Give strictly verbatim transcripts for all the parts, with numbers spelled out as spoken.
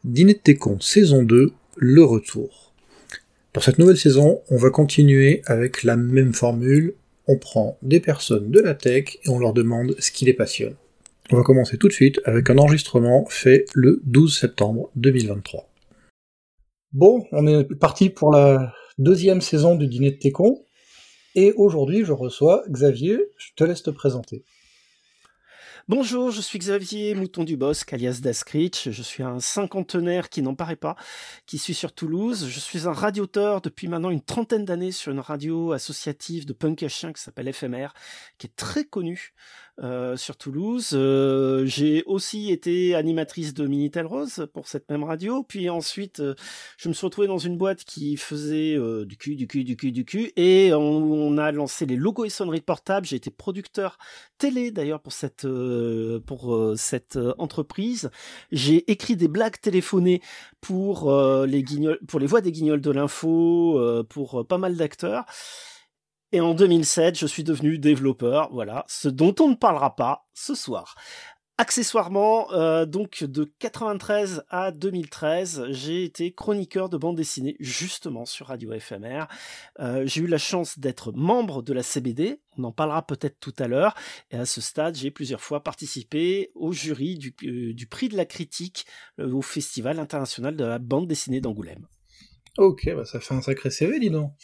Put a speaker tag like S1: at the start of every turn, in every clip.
S1: Dîner de tes cons, saison deux, le retour. Pour cette nouvelle saison, on va continuer avec la même formule. On prend des personnes de la tech et on leur demande ce qui les passionne. On va commencer tout de suite avec un enregistrement fait le douze septembre deux mille vingt-trois. Bon, on est parti pour la deuxième saison du Dîner de tes cons. Et aujourd'hui, je reçois Xavier. Je te laisse te présenter.
S2: Bonjour, je suis Xavier Mouton du Bosc, alias Dascritch. Je suis un cinquantenaire qui n'en paraît pas, qui suis sur Toulouse. Je suis un radioteur depuis maintenant une trentaine d'années sur une radio associative de punk à chien qui s'appelle F M R, qui est très connue euh, sur Toulouse. Euh, j'ai aussi été animatrice de Minitel Rose pour cette même radio. Puis ensuite, euh, je me suis retrouvé dans une boîte qui faisait euh, du cul, du cul, du cul, du cul. Et on, on a lancé les logos et sonneries portables. J'ai été producteur télé d'ailleurs pour cette... Euh, pour euh, cette euh, entreprise. J'ai écrit des blagues téléphonées pour, euh, les, guignols, pour les voix des guignols de l'info, euh, pour euh, pas mal d'acteurs. Et en deux mille sept, je suis devenu développeur, voilà, ce dont on ne parlera pas ce soir. Accessoirement, euh, donc de quatre-vingt-treize à deux mille treize, j'ai été chroniqueur de bande dessinée justement sur Radio F M R. Euh, j'ai eu la chance d'être membre de la C B D, on en parlera peut-être tout à l'heure, et à ce stade, j'ai plusieurs fois participé au jury du, euh, du prix de la critique euh, au Festival international de la bande dessinée d'Angoulême.
S1: Ok, bah ça fait un sacré C V, dis donc.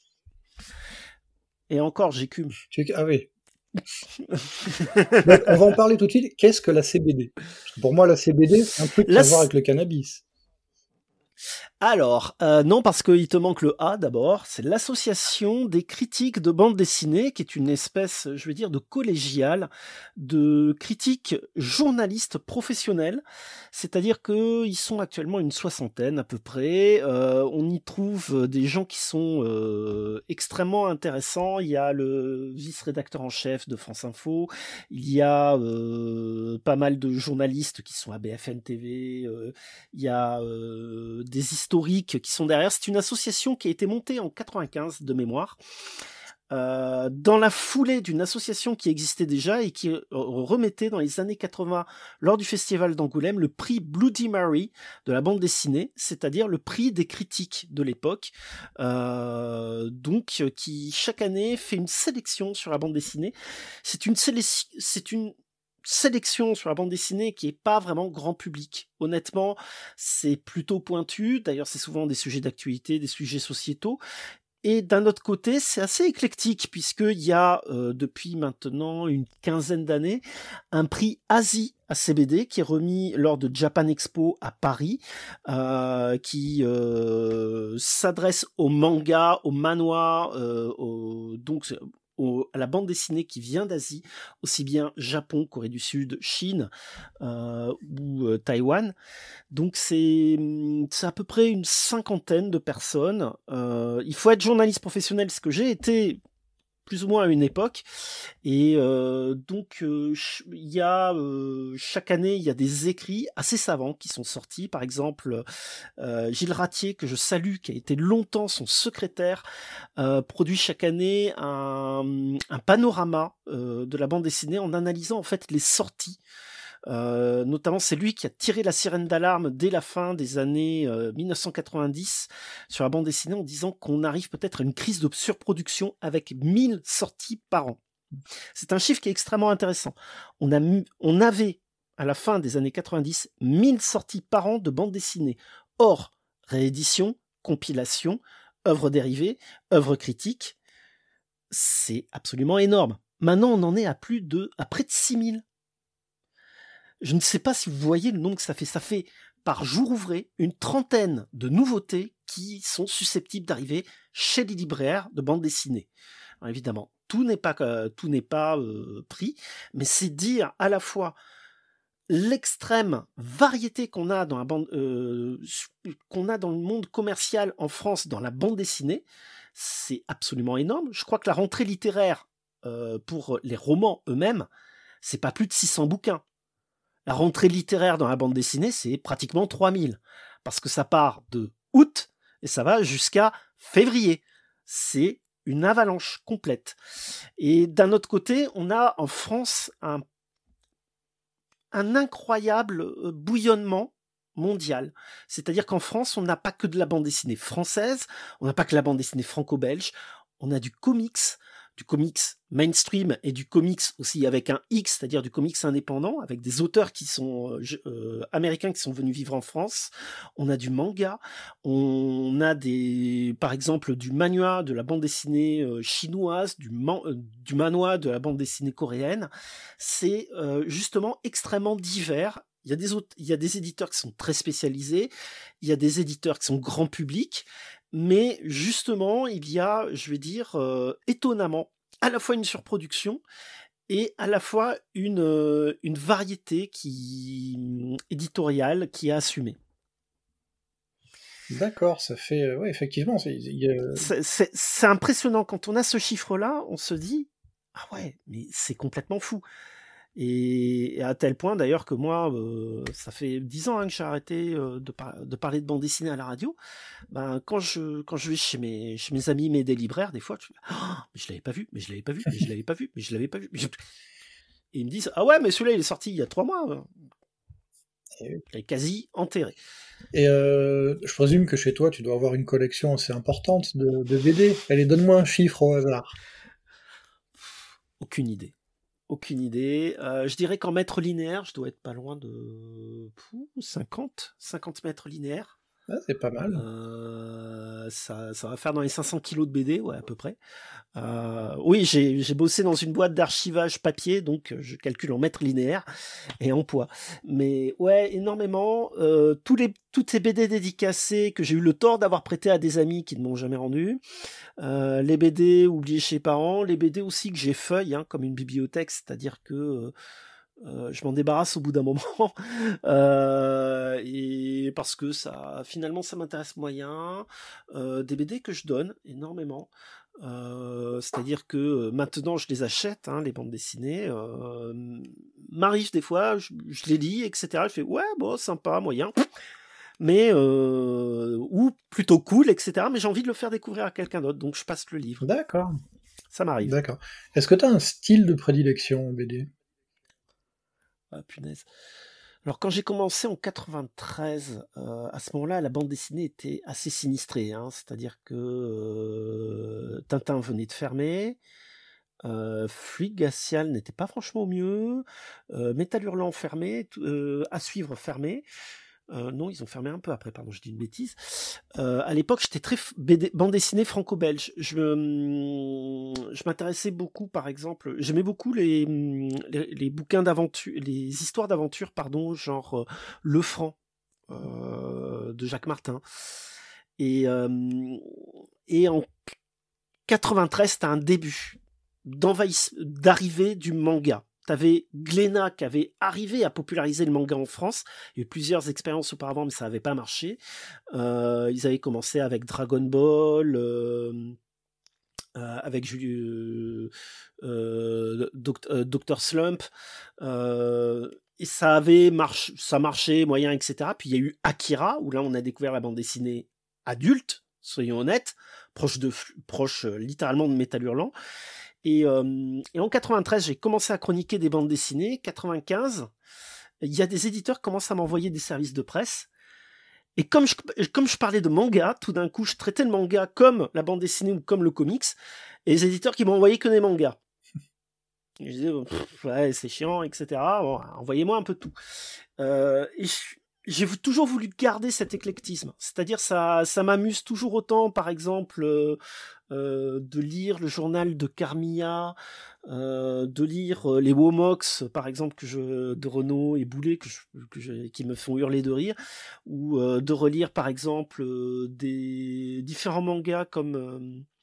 S2: Et encore, j'écume.
S1: Tu... Ah oui. Donc, on va en parler tout de suite. Qu'est-ce que la C B D ? Pour moi, la C B D, c'est un truc
S2: La
S1: à voir avec le cannabis.
S2: Alors, euh, non, parce qu'il te manque le A d'abord, c'est l'association des critiques de bande dessinée, qui est une espèce, je veux dire, de collégiale, de critiques journalistes professionnels, c'est-à-dire qu'ils sont actuellement une soixantaine à peu près, euh, on y trouve des gens qui sont euh, extrêmement intéressants, il y a le vice-rédacteur en chef de France Info, il y a euh, pas mal de journalistes qui sont à B F M T V, euh, il y a euh, des historiques qui sont derrière. C'est une association qui a été montée en quatre-vingt-quinze de mémoire, euh, dans la foulée d'une association qui existait déjà et qui remettait dans les années quatre-vingts, lors du festival d'Angoulême, le prix Bloody Mary de la bande dessinée, c'est-à-dire le prix des critiques de l'époque, euh, donc qui chaque année fait une sélection sur la bande dessinée. C'est une sélection, c'est une sélection sur la bande dessinée qui est pas vraiment grand public. Honnêtement, c'est plutôt pointu. D'ailleurs, c'est souvent des sujets d'actualité, des sujets sociétaux. Et d'un autre côté, c'est assez éclectique puisqu'il y a, euh, depuis maintenant une quinzaine d'années, un prix Asie à C B D qui est remis lors de Japan Expo à Paris, euh, qui euh, s'adresse au manga, au manhwa, euh, au, donc Au, à la bande dessinée qui vient d'Asie, aussi bien Japon, Corée du Sud, Chine euh, ou euh, Taïwan. Donc c'est, c'est à peu près une cinquantaine de personnes. Euh, il faut être journaliste professionnel, ce que j'ai été plus ou moins à une époque. Et euh, donc, il euh, y a euh, chaque année, il y a des écrits assez savants qui sont sortis. Par exemple, euh, Gilles Ratier, que je salue, qui a été longtemps son secrétaire, euh, produit chaque année un, un panorama euh, de la bande dessinée en analysant en fait les sorties. Euh, notamment, c'est lui qui a tiré la sirène d'alarme dès la fin des années euh, dix-neuf cent quatre-vingt-dix sur la bande dessinée en disant qu'on arrive peut-être à une crise de surproduction avec mille sorties par an. C'est un chiffre qui est extrêmement intéressant. On, a, on avait, à la fin des années quatre-vingt-dix, mille sorties par an de bande dessinée. Or, réédition, compilation, œuvres dérivées, œuvres critiques, c'est absolument énorme. Maintenant, on en est à plus de, à près de six mille. Je ne sais pas si vous voyez le nombre que ça fait. Ça fait par jour ouvré une trentaine de nouveautés qui sont susceptibles d'arriver chez les libraires de bande dessinée. Alors évidemment, tout n'est pas, euh, tout n'est pas euh, pris, mais c'est dire à la fois l'extrême variété qu'on a dans la bande, euh, qu'on a dans le monde commercial en France dans la bande dessinée, c'est absolument énorme. Je crois que la rentrée littéraire euh, pour les romans eux-mêmes, c'est pas plus de six cents bouquins. La rentrée littéraire dans la bande dessinée, c'est pratiquement trois mille. Parce que ça part de août et ça va jusqu'à février. C'est une avalanche complète. Et d'un autre côté, on a en France un, un incroyable bouillonnement mondiale. C'est-à-dire qu'en France, on n'a pas que de la bande dessinée française, on n'a pas que la bande dessinée franco-belge, on a du comics, du comics mainstream et du comics aussi avec un X, c'est-à-dire du comics indépendant, avec des auteurs qui sont euh, américains qui sont venus vivre en France. On a du manga, on a des, par exemple, du manhwa, de la bande dessinée euh, chinoise, du, man, euh, du manhwa, de la bande dessinée coréenne. C'est euh, justement extrêmement divers. Il y a des autres, il y a des éditeurs qui sont très spécialisés, il y a des éditeurs qui sont grand public, mais justement, il y a, je vais dire, euh, étonnamment, à la fois une surproduction et à la fois une, euh, une variété qui, éditoriale qui est assumée.
S1: D'accord, ça fait... Euh, ouais, effectivement, c'est, y a...
S2: c'est, c'est, c'est impressionnant. Quand on a ce chiffre-là, on se dit « Ah ouais, mais c'est complètement fou !» Et à tel point d'ailleurs que moi, euh, ça fait dix ans hein, que j'ai arrêté euh, de, par- de parler de bande dessinée à la radio. Ben, quand je quand je vais chez mes chez mes amis, mes des libraires, des fois, je dis, oh, mais je l'avais pas vu, mais je l'avais pas vu, mais je l'avais pas vu, mais je l'avais pas vu. Et ils me disent ah ouais, mais celui-là il est sorti il y a trois mois. Il est quasi enterré.
S1: Et euh, je présume que chez toi, tu dois avoir une collection assez importante de, de B D. Allez, donne-moi un chiffre au hasard.
S2: Aucune idée. Aucune idée. Euh, je dirais qu'en mètres linéaires, je dois être pas loin de Pouh, cinquante mètres linéaires.
S1: Ah, c'est pas mal.
S2: Euh, ça, ça va faire dans les cinq cents kilos de B D, ouais, à peu près. Euh, oui, j'ai, j'ai bossé dans une boîte d'archivage papier, donc je calcule en mètres linéaires et en poids. Mais ouais, énormément. Euh, tous les, toutes ces B D dédicacées que j'ai eu le tort d'avoir prêté à des amis qui ne m'ont jamais rendu. Euh, les B D oubliés chez les parents, les B D aussi que j'ai feuille, hein, comme une bibliothèque, c'est-à-dire que euh, euh, je m'en débarrasse au bout d'un moment, euh, et parce que ça, finalement, ça m'intéresse moyen. Euh, des B D que je donne énormément, euh, c'est-à-dire que maintenant je les achète, hein, les bandes dessinées. Euh, m'arrive des fois, je, je les lis, et cetera. Je fais ouais, bon, sympa, moyen. Mais euh, ou plutôt cool, et cetera. Mais j'ai envie de le faire découvrir à quelqu'un d'autre, donc je passe le livre.
S1: D'accord.
S2: Ça m'arrive.
S1: D'accord. Est-ce que tu as un style de prédilection en B D ?
S2: Ah punaise. Alors quand j'ai commencé en quatre-vingt-treize, euh, à ce moment-là, la bande dessinée était assez sinistrée, hein, c'est-à-dire que euh, Tintin venait de fermer. Euh, Fluide Glacial n'était pas franchement au mieux. Euh, Métal Hurlant fermé. Euh, à suivre fermé. Euh, non, ils ont fermé un peu après, pardon, je dis une bêtise. Euh, à l'époque, j'étais très f- B D, bande dessinée franco-belge. Je, me- je m'intéressais beaucoup, par exemple, j'aimais beaucoup les, les, les bouquins d'aventure, les histoires d'aventure, pardon, genre euh, Le Franc euh, de Jacques Martin. Et, euh, et en quatre-vingt-treize, c'était un début d'envahisse, d'arrivée du manga. T'avais Glénat qui avait arrivé à populariser le manga en France. Il y a eu plusieurs expériences auparavant, mais ça n'avait pas marché. Euh, ils avaient commencé avec Dragon Ball, euh, euh, avec euh, euh, Docteur Slump. Euh, et ça avait marché, ça marchait moyen, et cetera. Puis il y a eu Akira, où là on a découvert la bande dessinée adulte, soyons honnêtes, proche de, proche euh, littéralement de Métal Hurlant. Et, euh, et en quatre-vingt-treize, j'ai commencé à chroniquer des bandes dessinées. quatre-vingt-quinze, il y a des éditeurs qui commencent à m'envoyer des services de presse. Et comme je, comme je parlais de manga, tout d'un coup, je traitais le manga comme la bande dessinée ou comme le comics. Et les éditeurs qui m'ont envoyé que des mangas. Et je disais, pff, ouais, c'est chiant, et cetera. Bon, envoyez-moi un peu de tout. Euh, et je, j'ai toujours voulu garder cet éclectisme. C'est-à-dire, ça, ça m'amuse toujours autant, par exemple... Euh, Euh, de lire le journal de Carmilla, euh, de lire euh, les Womox, par exemple, que je, de Renaud et Boulet, que je, que je, qui me font hurler de rire, ou euh, de relire, par exemple, euh, des différents mangas comme euh,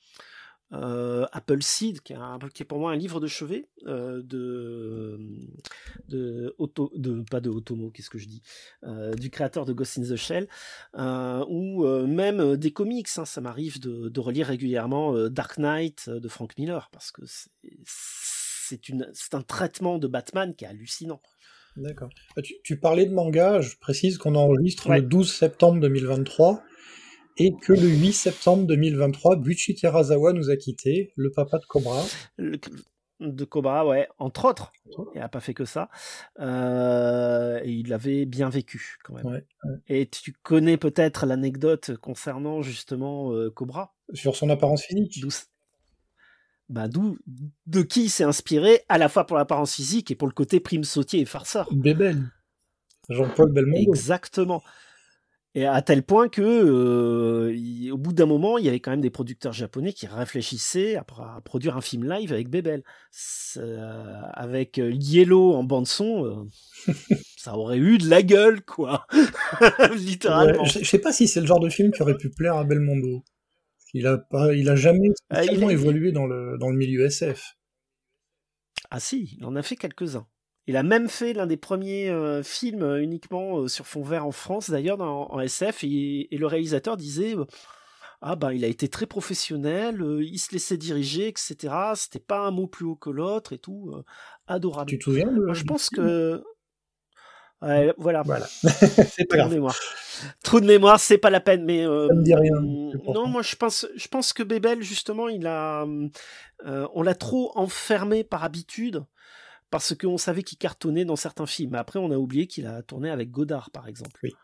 S2: euh, Appleseed, qui est, un, qui est pour moi un livre de chevet, euh, de, de, auto, de, pas de Otomo, qu'est-ce que je dis, euh, du créateur de Ghost in the Shell, euh, ou euh, même des comics, hein, ça m'arrive de, de relire régulièrement euh, Dark Knight de Frank Miller, parce que c'est, c'est, une, c'est un traitement de Batman qui est hallucinant.
S1: D'accord. Tu, tu parlais de manga, je précise qu'on enregistre
S2: ouais.
S1: le douze septembre deux mille vingt-trois, et que le huit septembre deux mille vingt-trois, Buichi Terasawa nous a quittés, le papa de Cobra.
S2: Le, de Cobra, ouais, entre autres. Il n'a pas fait que ça. Euh, et il l'avait bien vécu, quand même.
S1: Ouais, ouais.
S2: Et tu connais peut-être l'anecdote concernant, justement, euh, Cobra.
S1: Sur son apparence physique.
S2: D'où, bah, d'où, de qui il s'est inspiré, à la fois pour l'apparence physique et pour le côté prime sautier et farceur.
S1: Bébel. Jean-Paul Belmondo.
S2: Exactement. Et à tel point que, euh, il, au bout d'un moment, il y avait quand même des producteurs japonais qui réfléchissaient à, à produire un film live avec Bébel. Euh, avec Yellow en bande-son, euh, ça aurait eu de la gueule, quoi. Littéralement.
S1: Ouais, je, je sais pas si c'est le genre de film qui aurait pu plaire à Belmondo. Il a, pas, il a jamais spécialement euh, il est, évolué il... dans le, dans le milieu S F.
S2: Ah si, il en a fait quelques-uns. Il a même fait l'un des premiers euh, films euh, uniquement euh, sur fond vert en France, d'ailleurs, dans, en S F, et, et le réalisateur disait euh, ah ben il a été très professionnel, euh, il se laissait diriger, et cetera. C'était pas un mot plus haut que l'autre et tout, euh, adorable.
S1: Tu te souviens de,
S2: Moi, je pense que ouais, voilà.
S1: Voilà. C'est pas
S2: grave. Trou de mémoire. Trou de mémoire, c'est pas la peine. Mais euh,
S1: ça me dit rien.
S2: Non, moi je pense, je pense que Bébel justement, il a, euh, on l'a trop enfermé par habitude. Parce qu'on savait qu'il cartonnait dans certains films. Après, on a oublié qu'il a tourné avec Godard, par exemple.
S1: Oui.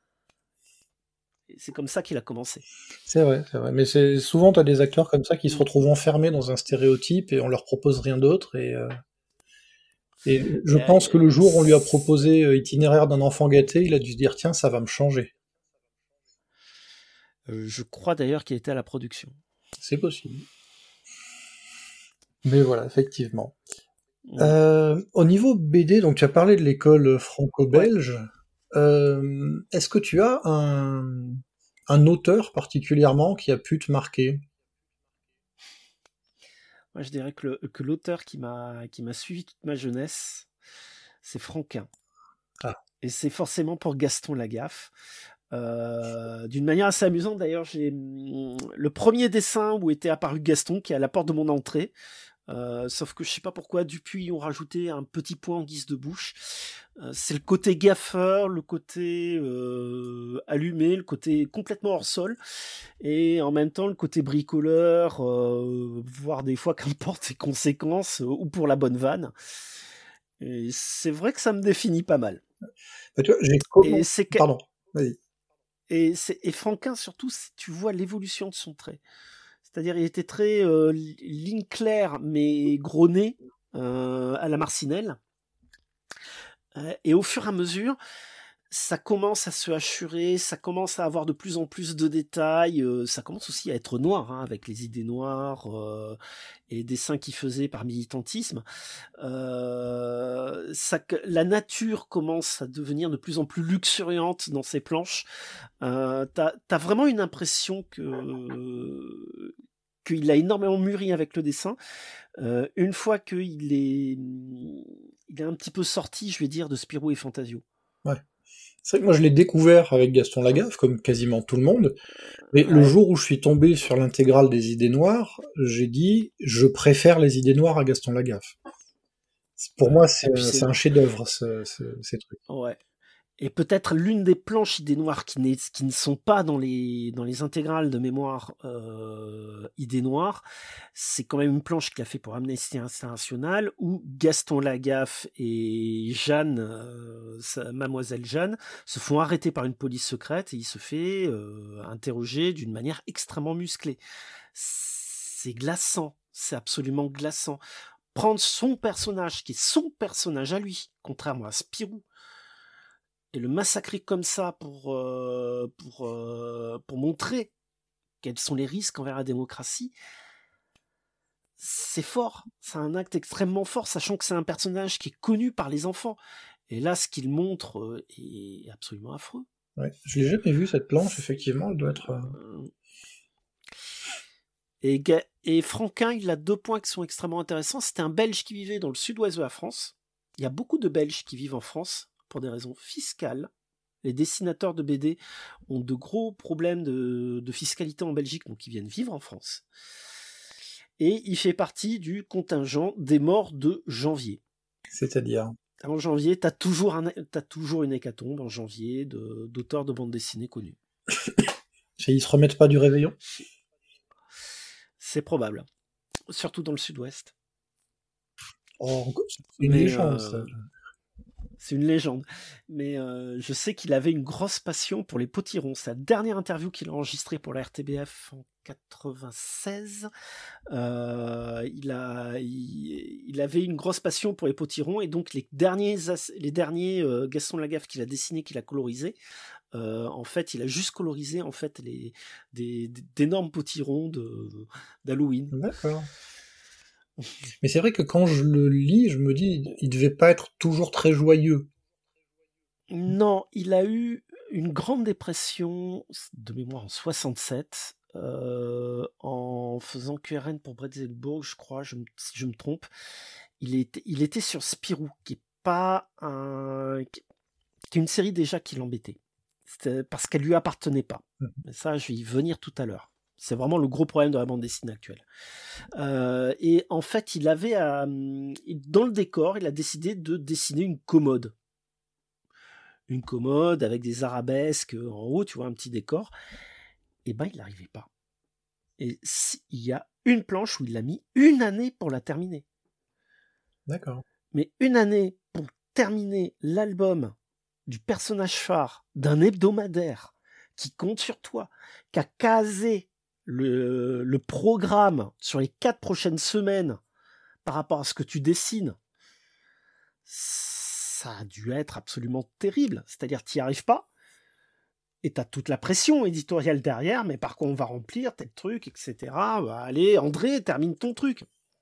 S2: Et c'est comme ça qu'il a commencé.
S1: C'est vrai, c'est vrai. Mais c'est souvent, tu as des acteurs comme ça qui se retrouvent enfermés dans un stéréotype et on leur propose rien d'autre. Et, euh... et je euh, pense que le jour où on lui a proposé euh, Itinéraire d'un enfant gâté, il a dû se dire tiens, ça va me changer.
S2: Euh, je crois d'ailleurs qu'il était à la production.
S1: C'est possible. Mais voilà, effectivement. Ouais. Euh, au niveau B D, donc tu as parlé de l'école franco-belge. Ouais. Euh, est-ce que tu as un, un auteur particulièrement qui a pu te marquer ?
S2: Moi, je dirais que, le, que l'auteur qui m'a, qui m'a suivi toute ma jeunesse, c'est Franquin.
S1: Ah.
S2: Et c'est forcément pour Gaston Lagaffe. Euh, d'une manière assez amusante, d'ailleurs, j'ai le premier dessin où était apparu Gaston, qui est à la porte de mon entrée. Euh, sauf que je sais pas pourquoi depuis ils ont rajouté un petit point en guise de bouche. Euh, c'est le côté gaffeur, le côté euh, allumé, le côté complètement hors sol, et en même temps le côté bricoleur, euh, voire des fois qu'importe ses conséquences, euh, ou pour la bonne vanne. Et c'est vrai que ça me définit pas mal.
S1: Bah, tu vois, j'ai comment... et c'est que... Pardon, vas-y.
S2: Et, c'est... et Franquin surtout, tu vois l'évolution de son trait. C'est-à-dire, il était très euh, ligne claire, mais gros nez, euh, à la Marcinelle. Euh, et au fur et à mesure, ça commence à se hachurer, ça commence à avoir de plus en plus de détails, euh, ça commence aussi à être noir, hein, avec les idées noires euh, et dessins qu'il faisait par militantisme. Euh, ça, la nature commence à devenir de plus en plus luxuriante dans ses planches. Euh, t'as, t'as vraiment une impression que... Euh, qu'il a énormément mûri avec le dessin. Euh, une fois qu'il est, il est un petit peu sorti, je vais dire, de Spirou et Fantasio.
S1: Ouais. C'est vrai que moi je l'ai découvert avec Gaston Lagaffe, comme quasiment tout le monde, mais ouais. Le jour où je suis tombé sur l'intégrale des idées noires, j'ai dit je préfère les idées noires à Gaston Lagaffe. Pour moi c'est, c'est... c'est un chef-d'œuvre ce, ce, ces trucs.
S2: Ouais. Et peut-être l'une des planches idées noires qui, n'est, qui ne sont pas dans les, dans les intégrales de mémoire euh, idées noires, c'est quand même une planche qu'il a fait pour Amnesty International où Gaston Lagaffe et Jeanne, euh, sa, mademoiselle Jeanne, se font arrêter par une police secrète et il se fait euh, interroger d'une manière extrêmement musclée. C'est glaçant, c'est absolument glaçant. Prendre son personnage, qui est son personnage à lui, contrairement à Spirou, et le massacrer comme ça pour, euh, pour, euh, pour montrer quels sont les risques envers la démocratie, c'est fort. C'est un acte extrêmement fort, sachant que c'est un personnage qui est connu par les enfants. Et là, ce qu'il montre euh, est absolument affreux.
S1: Ouais, je l'ai jamais vu cette planche, effectivement, elle doit être... Euh...
S2: Et, et Franquin, il a deux points qui sont extrêmement intéressants. C'était un Belge qui vivait dans le sud-ouest de la France. Il y a beaucoup de Belges qui vivent en France pour des raisons fiscales. Les dessinateurs de B D ont de gros problèmes de, de fiscalité en Belgique, donc ils viennent vivre en France. Et il fait partie du contingent des morts de janvier.
S1: C'est-à-dire ?
S2: En janvier, t'as toujours, un, t'as toujours une hécatombe en janvier de, d'auteurs de bande dessinée connus.
S1: Ils se remettent pas du réveillon ?
S2: C'est probable. Surtout dans le sud-ouest.
S1: Oh, c'est une
S2: Mais,
S1: légende,
S2: euh,
S1: ça.
S2: C'est une légende. Mais euh, je sais qu'il avait une grosse passion pour les potirons. C'est la dernière interview qu'il a enregistrée pour la R T B F en quatre-vingt-seize. Euh, il, a, il, il avait une grosse passion pour les potirons et donc les derniers, les derniers euh, Gaston Lagaffe qu'il a dessinés, qu'il a colorisés, euh, en fait, il a juste colorisé en fait les, des, d'énormes potirons de, d'Halloween.
S1: D'accord. Mais c'est vrai que quand je le lis, je me dis, il devait pas être toujours très joyeux.
S2: Non, il a eu une grande dépression de mémoire en soixante-sept, euh, en faisant Q R N pour Bretzelburg, je crois, je me, si je me trompe. Il était, il était sur Spirou, qui est pas un, qui est une série déjà qui l'embêtait. C'était parce qu'elle lui appartenait pas.
S1: Mmh.
S2: Mais ça, je vais y venir tout à l'heure. C'est vraiment le gros problème de la bande dessinée actuelle. Euh, et en fait, il avait, à, dans le décor, il a décidé de dessiner une commode. Une commode avec des arabesques en haut, tu vois, un petit décor. Et ben, il n'arrivait pas. Et il y a une planche où il a mis une année pour la terminer.
S1: D'accord.
S2: Mais une année pour terminer l'album du personnage phare d'un hebdomadaire qui compte sur toi, qui a casé le, le programme sur les quatre prochaines semaines par rapport à ce que tu dessines, ça a dû être absolument terrible. C'est-à-dire, tu n'y arrives pas, et tu as toute la pression éditoriale derrière, mais par contre, on va remplir tel truc, et cetera. Bah, allez, André, termine ton truc.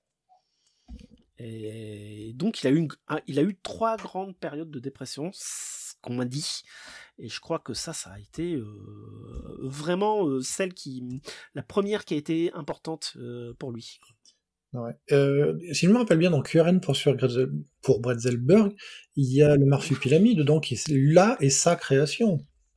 S2: Et donc, il a eu, une, il a eu trois grandes périodes de dépression, ce qu'on m'a dit. Et je crois que ça, ça a été euh, vraiment euh, celle qui, la première qui a été importante euh, pour lui.
S1: Ouais. Euh, si je me rappelle bien, dans Q R N pour, sur Bretzel, pour Bretzelburg, il y a le marsupilami dedans qui est là et sa création.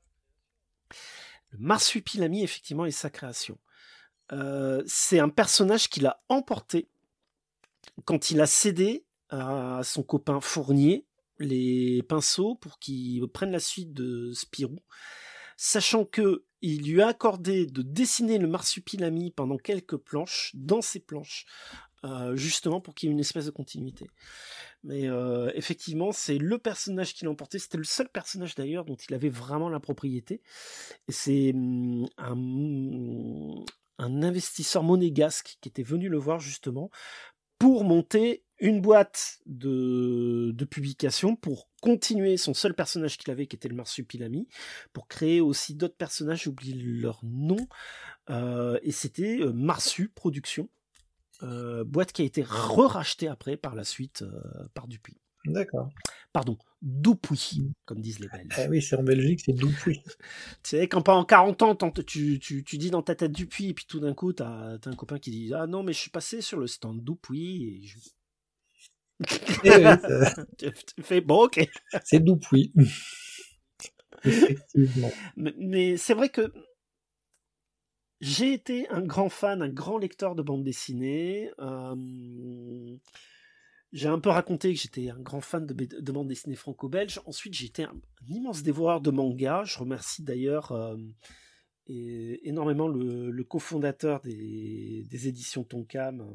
S2: Le marsupilami, effectivement, est sa création. Euh, c'est un personnage qu'il a emporté quand il a cédé à son copain Fournier les pinceaux pour qu'il prenne la suite de Spirou, sachant que il lui a accordé de dessiner le marsupilami pendant quelques planches, dans ses planches, euh, justement pour qu'il y ait une espèce de continuité. Mais euh, effectivement, c'est le personnage qui l'a emporté. C'était le seul personnage d'ailleurs dont il avait vraiment la propriété. Et c'est hum, un, un investisseur monégasque qui était venu le voir justement pour monter une boîte de, de publication pour continuer son seul personnage qu'il avait, qui était le marsupilami, pour créer aussi d'autres personnages, j'oublie leur nom, euh, et c'était euh, Marsu Productions, euh, boîte qui a été re-rachetée après, par la suite, euh, par Dupuis.
S1: D'accord.
S2: Pardon, Dupuis, comme disent les Belges.
S1: Eh oui, c'est en Belgique, c'est Dupuis.
S2: Tu sais, quand pendant quarante ans, tu, tu, tu dis dans ta tête Dupuis, et puis tout d'un coup, t'as, t'as un copain qui dit « Ah non, mais je suis passé sur le stand Dupuis, et je... »
S1: Eh oui, ça...
S2: Tu fais « Bon, ok. »
S1: C'est Dupuis. Effectivement.
S2: Mais, mais c'est vrai que j'ai été un grand fan, un grand lecteur de bande dessinée. Euh, j'ai un peu raconté que j'étais un grand fan de, de bande dessinée franco-belge. Ensuite, j'ai été un, un immense dévoreur de manga. Je remercie d'ailleurs euh, et, énormément le, le cofondateur des, des éditions Tonkam.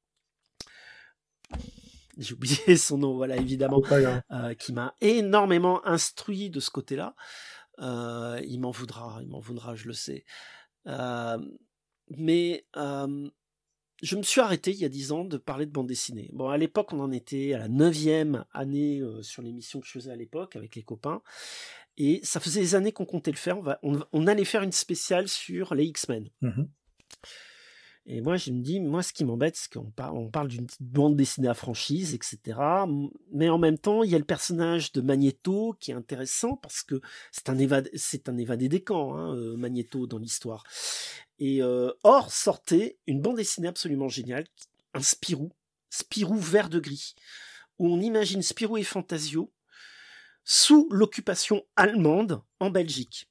S2: J'ai oublié son nom, voilà, évidemment, euh, qui m'a énormément instruit de ce côté-là. Euh, il m'en voudra, il m'en voudra, je le sais. Euh, mais euh, je me suis arrêté il y a dix ans de parler de bande dessinée. Bon, à l'époque, on en était à la neuvième année euh, sur l'émission que je faisais à l'époque avec les copains. Et ça faisait des années qu'on comptait le faire. On, va, on, on allait faire une spéciale sur les X-Men.
S1: Mm-hmm.
S2: Et moi, je me dis, moi, ce qui m'embête, c'est qu'on par, on parle d'une bande dessinée à franchise, et cetera. Mais en même temps, il y a le personnage de Magneto qui est intéressant parce que c'est un, évad- c'est un évadé des camps, hein, euh, Magneto, dans l'histoire. Et euh, or, sortait une bande dessinée absolument géniale, un Spirou, Spirou vert de gris, où on imagine Spirou et Fantasio sous l'occupation allemande en Belgique.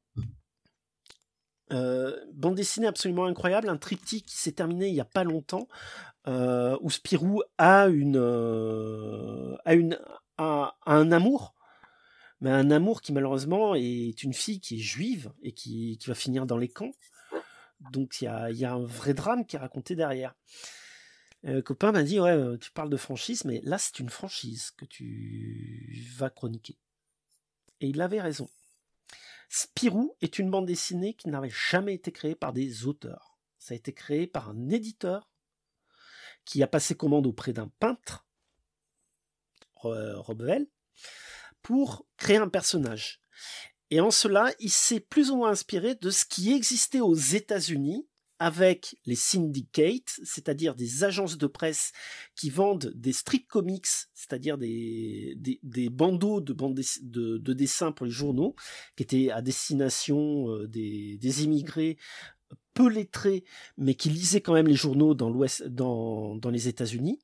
S2: Euh, bande dessinée absolument incroyable, un triptyque qui s'est terminé il n'y a pas longtemps, euh, où Spirou a une, euh, a une a, a un amour, mais un amour qui malheureusement est une fille qui est juive et qui, qui va finir dans les camps. Donc il y a, y a un vrai drame qui est raconté derrière. Le copain m'a dit, ouais, tu parles de franchise, mais là, c'est une franchise que tu vas chroniquer. Et il avait raison. Spirou est une bande dessinée qui n'avait jamais été créée par des auteurs. Ça a été créé par un éditeur qui a passé commande auprès d'un peintre, Robel, pour créer un personnage. Et en cela, il s'est plus ou moins inspiré de ce qui existait aux États-Unis avec les syndicates, c'est-à-dire des agences de presse qui vendent des strip comics, c'est-à-dire des, des, des bandeaux de, bande de, de dessins pour les journaux, qui étaient à destination euh, des, des immigrés peu lettrés, mais qui lisaient quand même les journaux dans, l'Ouest, dans, dans les États-Unis.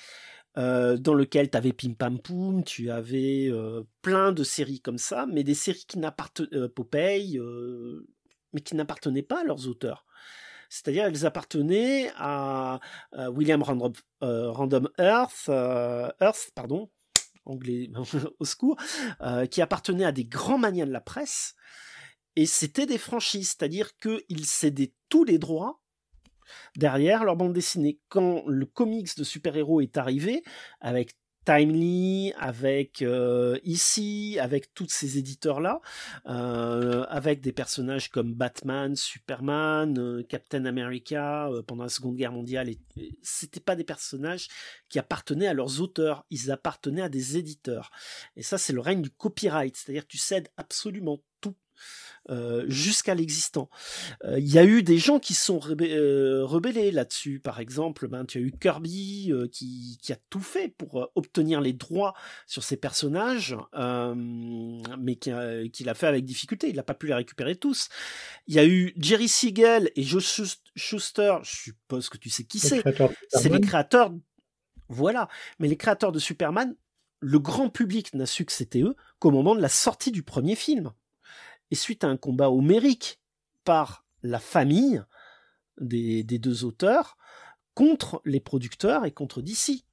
S2: Euh, dans lequel tu avais Pim Pam Poum, tu avais euh, plein de séries comme ça, mais des séries qui n'appartenaient euh, Popeye, euh, mais qui n'appartenaient pas à leurs auteurs. C'est-à-dire, elles appartenaient à, à William Random, euh, Random Earth, euh, Earth, pardon, anglais au secours, euh, qui appartenaient à des grands manias de la presse, et c'était des franchises, c'est-à-dire qu'ils cédaient tous les droits derrière leur bande dessinée. Quand le comics de super-héros est arrivé, avec Timely, avec euh, ici, avec tous ces éditeurs-là, euh, avec des personnages comme Batman, Superman, euh, Captain America, euh, pendant la Seconde Guerre mondiale, et, et c'était pas des personnages qui appartenaient à leurs auteurs, ils appartenaient à des éditeurs. Et ça, c'est le règne du copyright, c'est-à-dire que tu cèdes absolument tout. Euh, jusqu'à l'existant. Il euh, y a eu des gens qui sont rébé- euh, rebellés là-dessus. Par exemple, ben, tu as eu Kirby euh, qui, qui a tout fait pour euh, obtenir les droits sur ses personnages, euh, mais qui, euh, qui l'a fait avec difficulté. Il n'a pas pu les récupérer tous. Il y a eu Jerry Siegel et Joe Shuster, je suppose que tu sais qui c'est. C'est les créateurs. Voilà. Mais les créateurs de Superman, le grand public n'a su que c'était eux qu'au moment de la sortie du premier film. Et suite à un combat homérique par la famille des, des deux auteurs contre les producteurs et contre D C.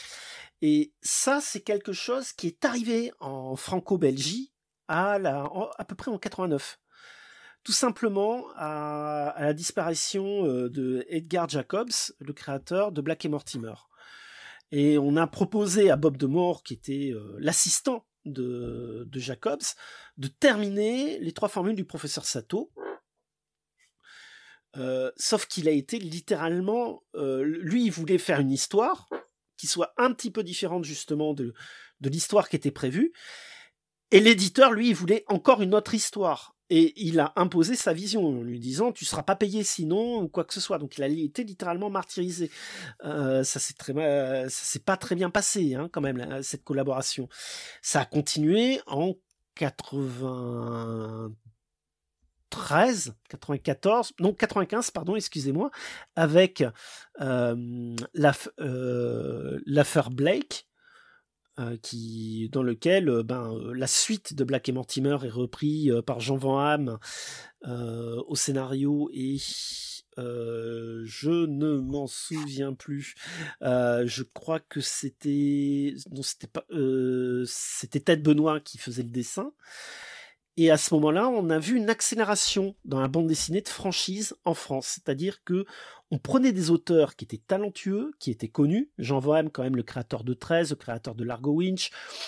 S2: Et ça, c'est quelque chose qui est arrivé en Franco-Belgique à, la, à peu près en quatre-vingt-neuf. Tout simplement à, à la disparition de Edgar Jacobs, le créateur de Black et Mortimer. Et on a proposé à Bob Demore, qui était euh, l'assistant De, de Jacobs, de terminer les trois formules du professeur Sato, euh, sauf qu'il a été littéralement, euh, lui il voulait faire une histoire qui soit un petit peu différente justement de, de l'histoire qui était prévue, et l'éditeur lui il voulait encore une autre histoire, et il a imposé sa vision en lui disant tu seras pas payé sinon ou quoi que ce soit. Donc il a été littéralement martyrisé. Euh, ça s'est très mal, ça s'est pas très bien passé hein, quand même là, cette collaboration. Ça a continué en quatre-vingt-treize, quatre-vingt-quatorze, non quatre-vingt-quinze pardon, excusez-moi, avec euh, l'affaire euh, l'affaire Blake. Euh, qui, dans lequel euh, ben, euh, la suite de Black et Mortimer est repris euh, par Jean Van Hamme euh, au scénario et euh, je ne m'en souviens plus. Euh, je crois que c'était non c'était pas euh, c'était Ted Benoît qui faisait le dessin. Et à ce moment-là, on a vu une accélération dans la bande dessinée de franchise en France. C'est-à-dire que on prenait des auteurs qui étaient talentueux, qui étaient connus. Jean Van Hamme, quand même, le créateur de treize, le créateur de Largo Winch.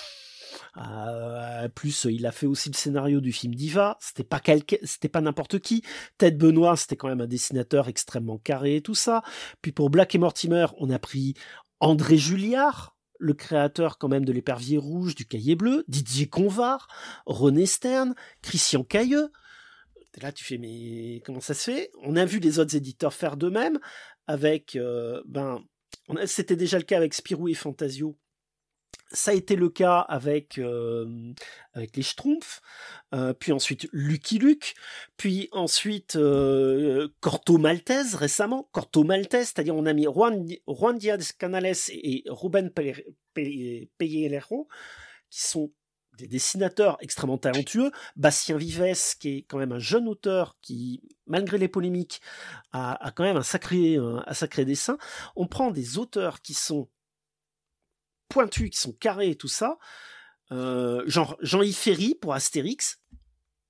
S2: Euh, plus, il a fait aussi le scénario du film Diva. C'était pas quelque... c'était pas n'importe qui. Ted Benoît, c'était quand même un dessinateur extrêmement carré et tout ça. Puis pour Black et Mortimer, on a pris André Julliard, le créateur quand même de l'Épervier Rouge, du Cahier Bleu, Didier Convar, René Stern, Christian Cailleux. Là, tu fais, mais comment ça se fait? On a vu les autres éditeurs faire de même, avec, euh, ben, on a, c'était déjà le cas avec Spirou et Fantasio. Ça a été le cas avec, euh, avec les Schtroumpfs, euh, puis ensuite Lucky Luke, puis ensuite euh, Corto Maltese récemment. Corto Maltese, c'est-à-dire on a mis Juan, Juan Diaz Canales et Ruben Pellejero, qui sont des dessinateurs extrêmement talentueux. Bastien Vives, qui est quand même un jeune auteur qui, malgré les polémiques, a, a quand même un sacré, un, un sacré dessin. On prend des auteurs qui sont pointus, qui sont carrés et tout ça, euh, genre Jean-Yves Ferry pour Astérix,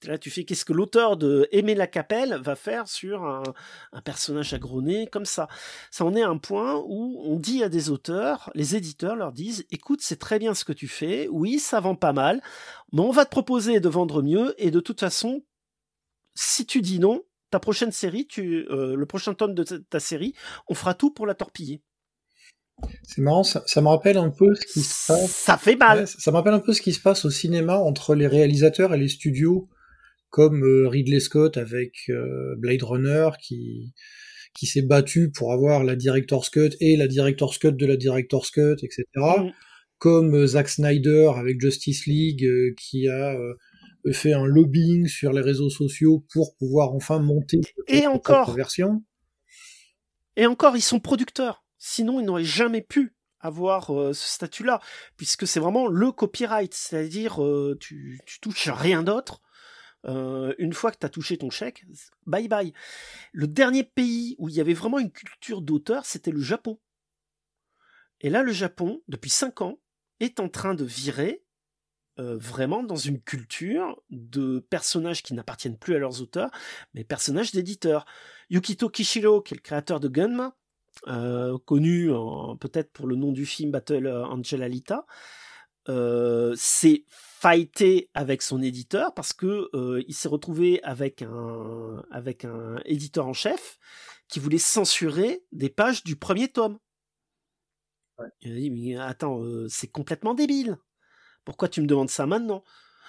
S2: Là, tu fais qu'est-ce que l'auteur de Aimé Lacapelle va faire sur un, un personnage agronné comme ça. Ça en est un point où on dit à des auteurs, les éditeurs leur disent, écoute, c'est très bien ce que tu fais, oui, ça vend pas mal, mais on va te proposer de vendre mieux, et de toute façon, si tu dis non, ta prochaine série, tu, euh, le prochain tome de ta, ta série, on fera tout pour la torpiller.
S1: C'est marrant, ça, ça me rappelle un peu ce qui se passe.
S2: Ça fait mal.
S1: Ouais, ça, ça me rappelle un peu ce qui se passe au cinéma entre les réalisateurs et les studios, comme euh, Ridley Scott avec euh, Blade Runner, qui qui s'est battu pour avoir la director's cut et la director's cut de la director's cut, et cetera. Mm. Comme euh, Zack Snyder avec Justice League, euh, qui a euh, fait un lobbying sur les réseaux sociaux pour pouvoir enfin monter
S2: et encore
S1: propre version.
S2: Et encore, ils sont producteurs. Sinon, ils n'auraient jamais pu avoir euh, ce statut-là, puisque c'est vraiment le copyright, c'est-à-dire euh, tu, tu touches rien d'autre. Euh, une fois que tu as touché ton chèque, bye bye. Le dernier pays où il y avait vraiment une culture d'auteur, c'était le Japon. Et là, le Japon, depuis cinq ans, est en train de virer euh, vraiment dans une culture de personnages qui n'appartiennent plus à leurs auteurs, mais personnages d'éditeurs. Yukito Kishiro, qui est le créateur de Gunma, Euh, connu en, peut-être pour le nom du film Battle Angel Alita, euh, s'est fighté avec son éditeur parce que euh, il s'est retrouvé avec un, avec un éditeur en chef qui voulait censurer des pages du premier tome. Ouais. Il a dit, mais attends, euh, c'est complètement débile. Pourquoi tu me demandes ça maintenant ?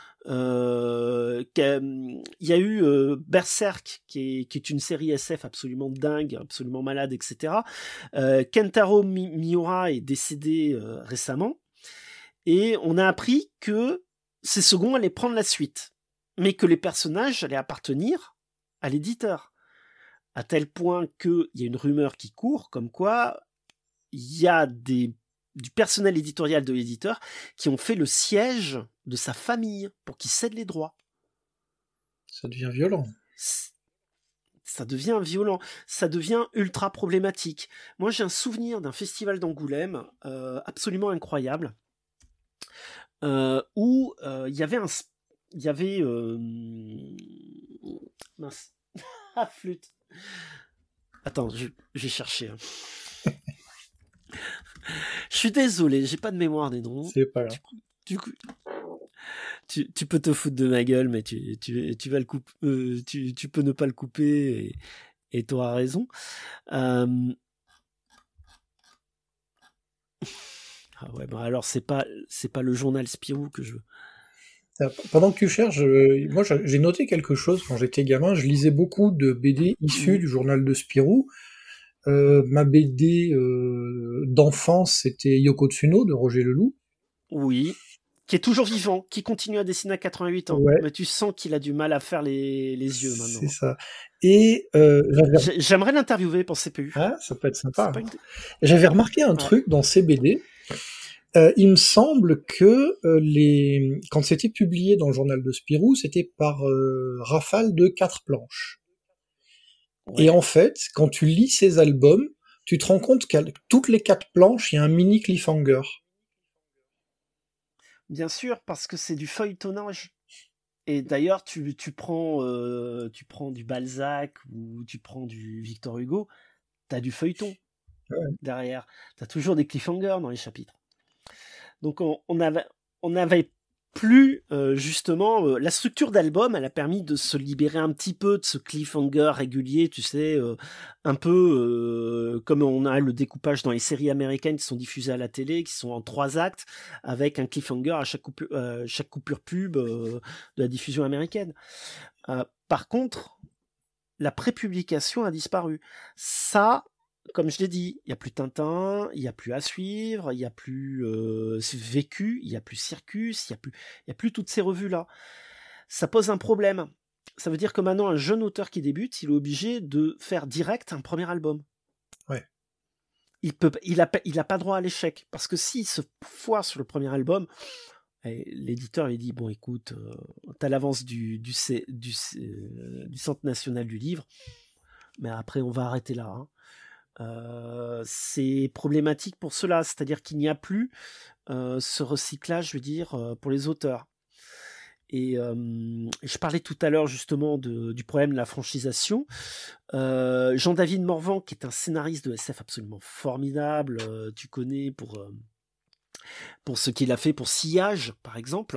S2: Euh, il y a eu euh, Berserk qui est, qui est une série S F absolument dingue, absolument malade, et cetera. Euh, Kentaro Mi- Miura est décédé euh, récemment et on a appris que ces seconds allaient prendre la suite, mais que les personnages allaient appartenir à l'éditeur, à tel point qu'il y a une rumeur qui court comme quoi il y a des du personnel éditorial de l'éditeur qui ont fait le siège de sa famille pour qu'il cède les droits.
S1: Ça devient violent.
S2: Ça devient violent. Ça devient ultra problématique. Moi, j'ai un souvenir d'un festival d'Angoulême euh, absolument incroyable euh, où il euh, y avait un... Il y avait... Euh... Mince. Ah, flûte. Attends, je, je vais chercher. Hein. Je suis désolé, j'ai pas de mémoire des noms.
S1: C'est pas grave.
S2: Du coup, tu, tu peux te foutre de ma gueule, mais tu, tu, tu vas le couper, euh, tu, tu peux ne pas le couper et, et t'auras raison. Euh... Ah ouais, bah alors c'est pas, c'est pas le journal Spirou que je veux.
S1: Pendant que tu cherches, je... moi j'ai noté quelque chose quand j'étais gamin. Je lisais beaucoup de B D issus mmh. du journal de Spirou. Euh, ma B D euh, d'enfance, c'était Yoko Tsuno de Roger Leloup.
S2: Oui, qui est toujours vivant, qui continue à dessiner à quatre-vingt-huit ans. Ouais. Mais tu sens qu'il a du mal à faire les, les yeux maintenant.
S1: C'est ça. Et euh,
S2: j'avais... J'aimerais l'interviewer pour C P U.
S1: Ah, ça peut être sympa.
S2: Une...
S1: J'avais remarqué un ouais. truc dans ces B D. Euh, il me semble que euh, les quand c'était publié dans le journal de Spirou, c'était par euh, rafale de quatre planches. Ouais. Et en fait, quand tu lis ces albums, tu te rends compte qu'à toutes les quatre planches, il y a un mini cliffhanger.
S2: Bien sûr, parce que c'est du feuilletonnage. Et d'ailleurs, tu, tu, prends, euh, tu prends du Balzac ou tu prends du Victor Hugo, t'as du feuilleton ouais. derrière. T'as toujours des cliffhangers dans les chapitres. Donc on, on avait, on avait plus euh, justement euh, la structure d'album, elle a permis de se libérer un petit peu de ce cliffhanger régulier, tu sais, euh, un peu euh, comme on a le découpage dans les séries américaines qui sont diffusées à la télé, qui sont en trois actes avec un cliffhanger à chaque coupure, euh, chaque coupure pub euh, de la diffusion américaine. Euh, par contre, la prépublication a disparu. Ça, comme je l'ai dit, il n'y a plus Tintin, il n'y a plus À Suivre, il n'y a plus euh, Vécu, il n'y a plus Circus, il n'y a plus, il y a plus toutes ces revues-là. Ça pose un problème. Ça veut dire que maintenant, un jeune auteur qui débute, il est obligé de faire direct un premier album.
S1: Ouais. Il
S2: peut, il a, il a pas droit à l'échec. Parce que s'il se foire sur le premier album, l'éditeur il dit, bon écoute, euh, t'as l'avance du, du, du, du, euh, du Centre National du Livre, mais après on va arrêter là. Hein. Euh, c'est problématique pour cela, c'est-à-dire qu'il n'y a plus euh, ce recyclage, je veux dire, euh, pour les auteurs. Et euh, je parlais tout à l'heure justement de, du problème de la franchisation. Euh, Jean-David Morvan, qui est un scénariste de S F absolument formidable, euh, tu connais pour, euh, pour ce qu'il a fait pour Sillage, par exemple.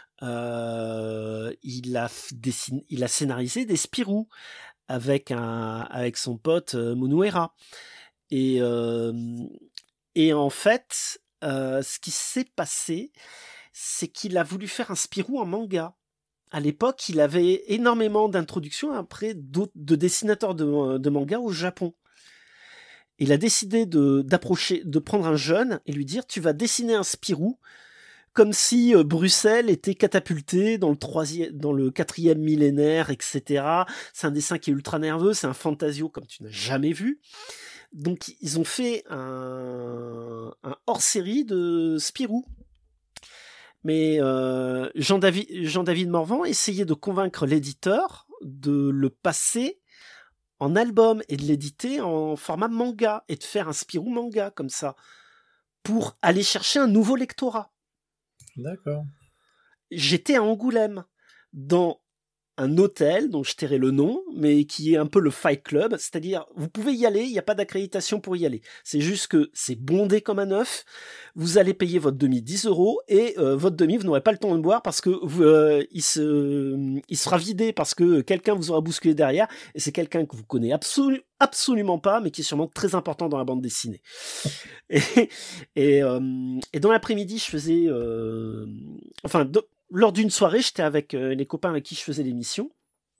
S2: Euh, il, a dessiné, il a scénarisé des Spirou avec, un, avec son pote euh, Munuera. Et, euh, et en fait, euh, ce qui s'est passé, c'est qu'il a voulu faire un Spirou en manga. À l'époque, il avait énormément d'introductions après de dessinateurs de, de manga au Japon. Il a décidé de, d'approcher, de prendre un jeune et lui dire « Tu vas dessiner un Spirou comme si euh, Bruxelles était catapultée dans le troisième, dans le quatrième millénaire, et cetera. C'est un dessin qui est ultra nerveux, c'est un fantasio comme tu n'as jamais vu. » Donc, ils ont fait un, un hors-série de Spirou. Mais euh, Jean-David, Jean-David Morvan essayait de convaincre l'éditeur de le passer en album et de l'éditer en format manga et de faire un Spirou manga comme ça pour aller chercher un nouveau lectorat.
S1: D'accord.
S2: J'étais à Angoulême dans un hôtel dont je tairai le nom, mais qui est un peu le Fight Club, c'est-à-dire vous pouvez y aller, il n'y a pas d'accréditation pour y aller. C'est juste que c'est bondé comme un œuf, vous allez payer votre demi dix euros et euh, votre demi, vous n'aurez pas le temps de le boire parce que vous, euh, il, se, il sera vidé parce que quelqu'un vous aura bousculé derrière et c'est quelqu'un que vous connaissez absolu, absolument pas, mais qui est sûrement très important dans la bande dessinée. Et, et, euh, et dans l'après-midi, je faisais... Euh, enfin... De, lors d'une soirée, j'étais avec euh, les copains avec qui je faisais l'émission.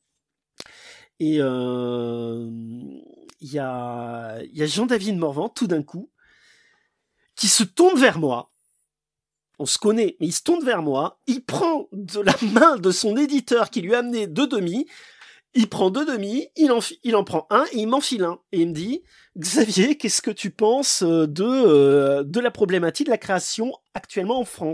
S2: Et il euh, y a, y a Jean-David Morvan, tout d'un coup, qui se tourne vers moi. On se connaît, mais il se tourne vers moi. Il prend de la main de son éditeur qui lui a amené deux demi. Il prend deux demi, il en, il en prend un et il m'enfile un. Et il me dit, Xavier, qu'est-ce que tu penses de, euh, de la problématique de la création actuellement en France ?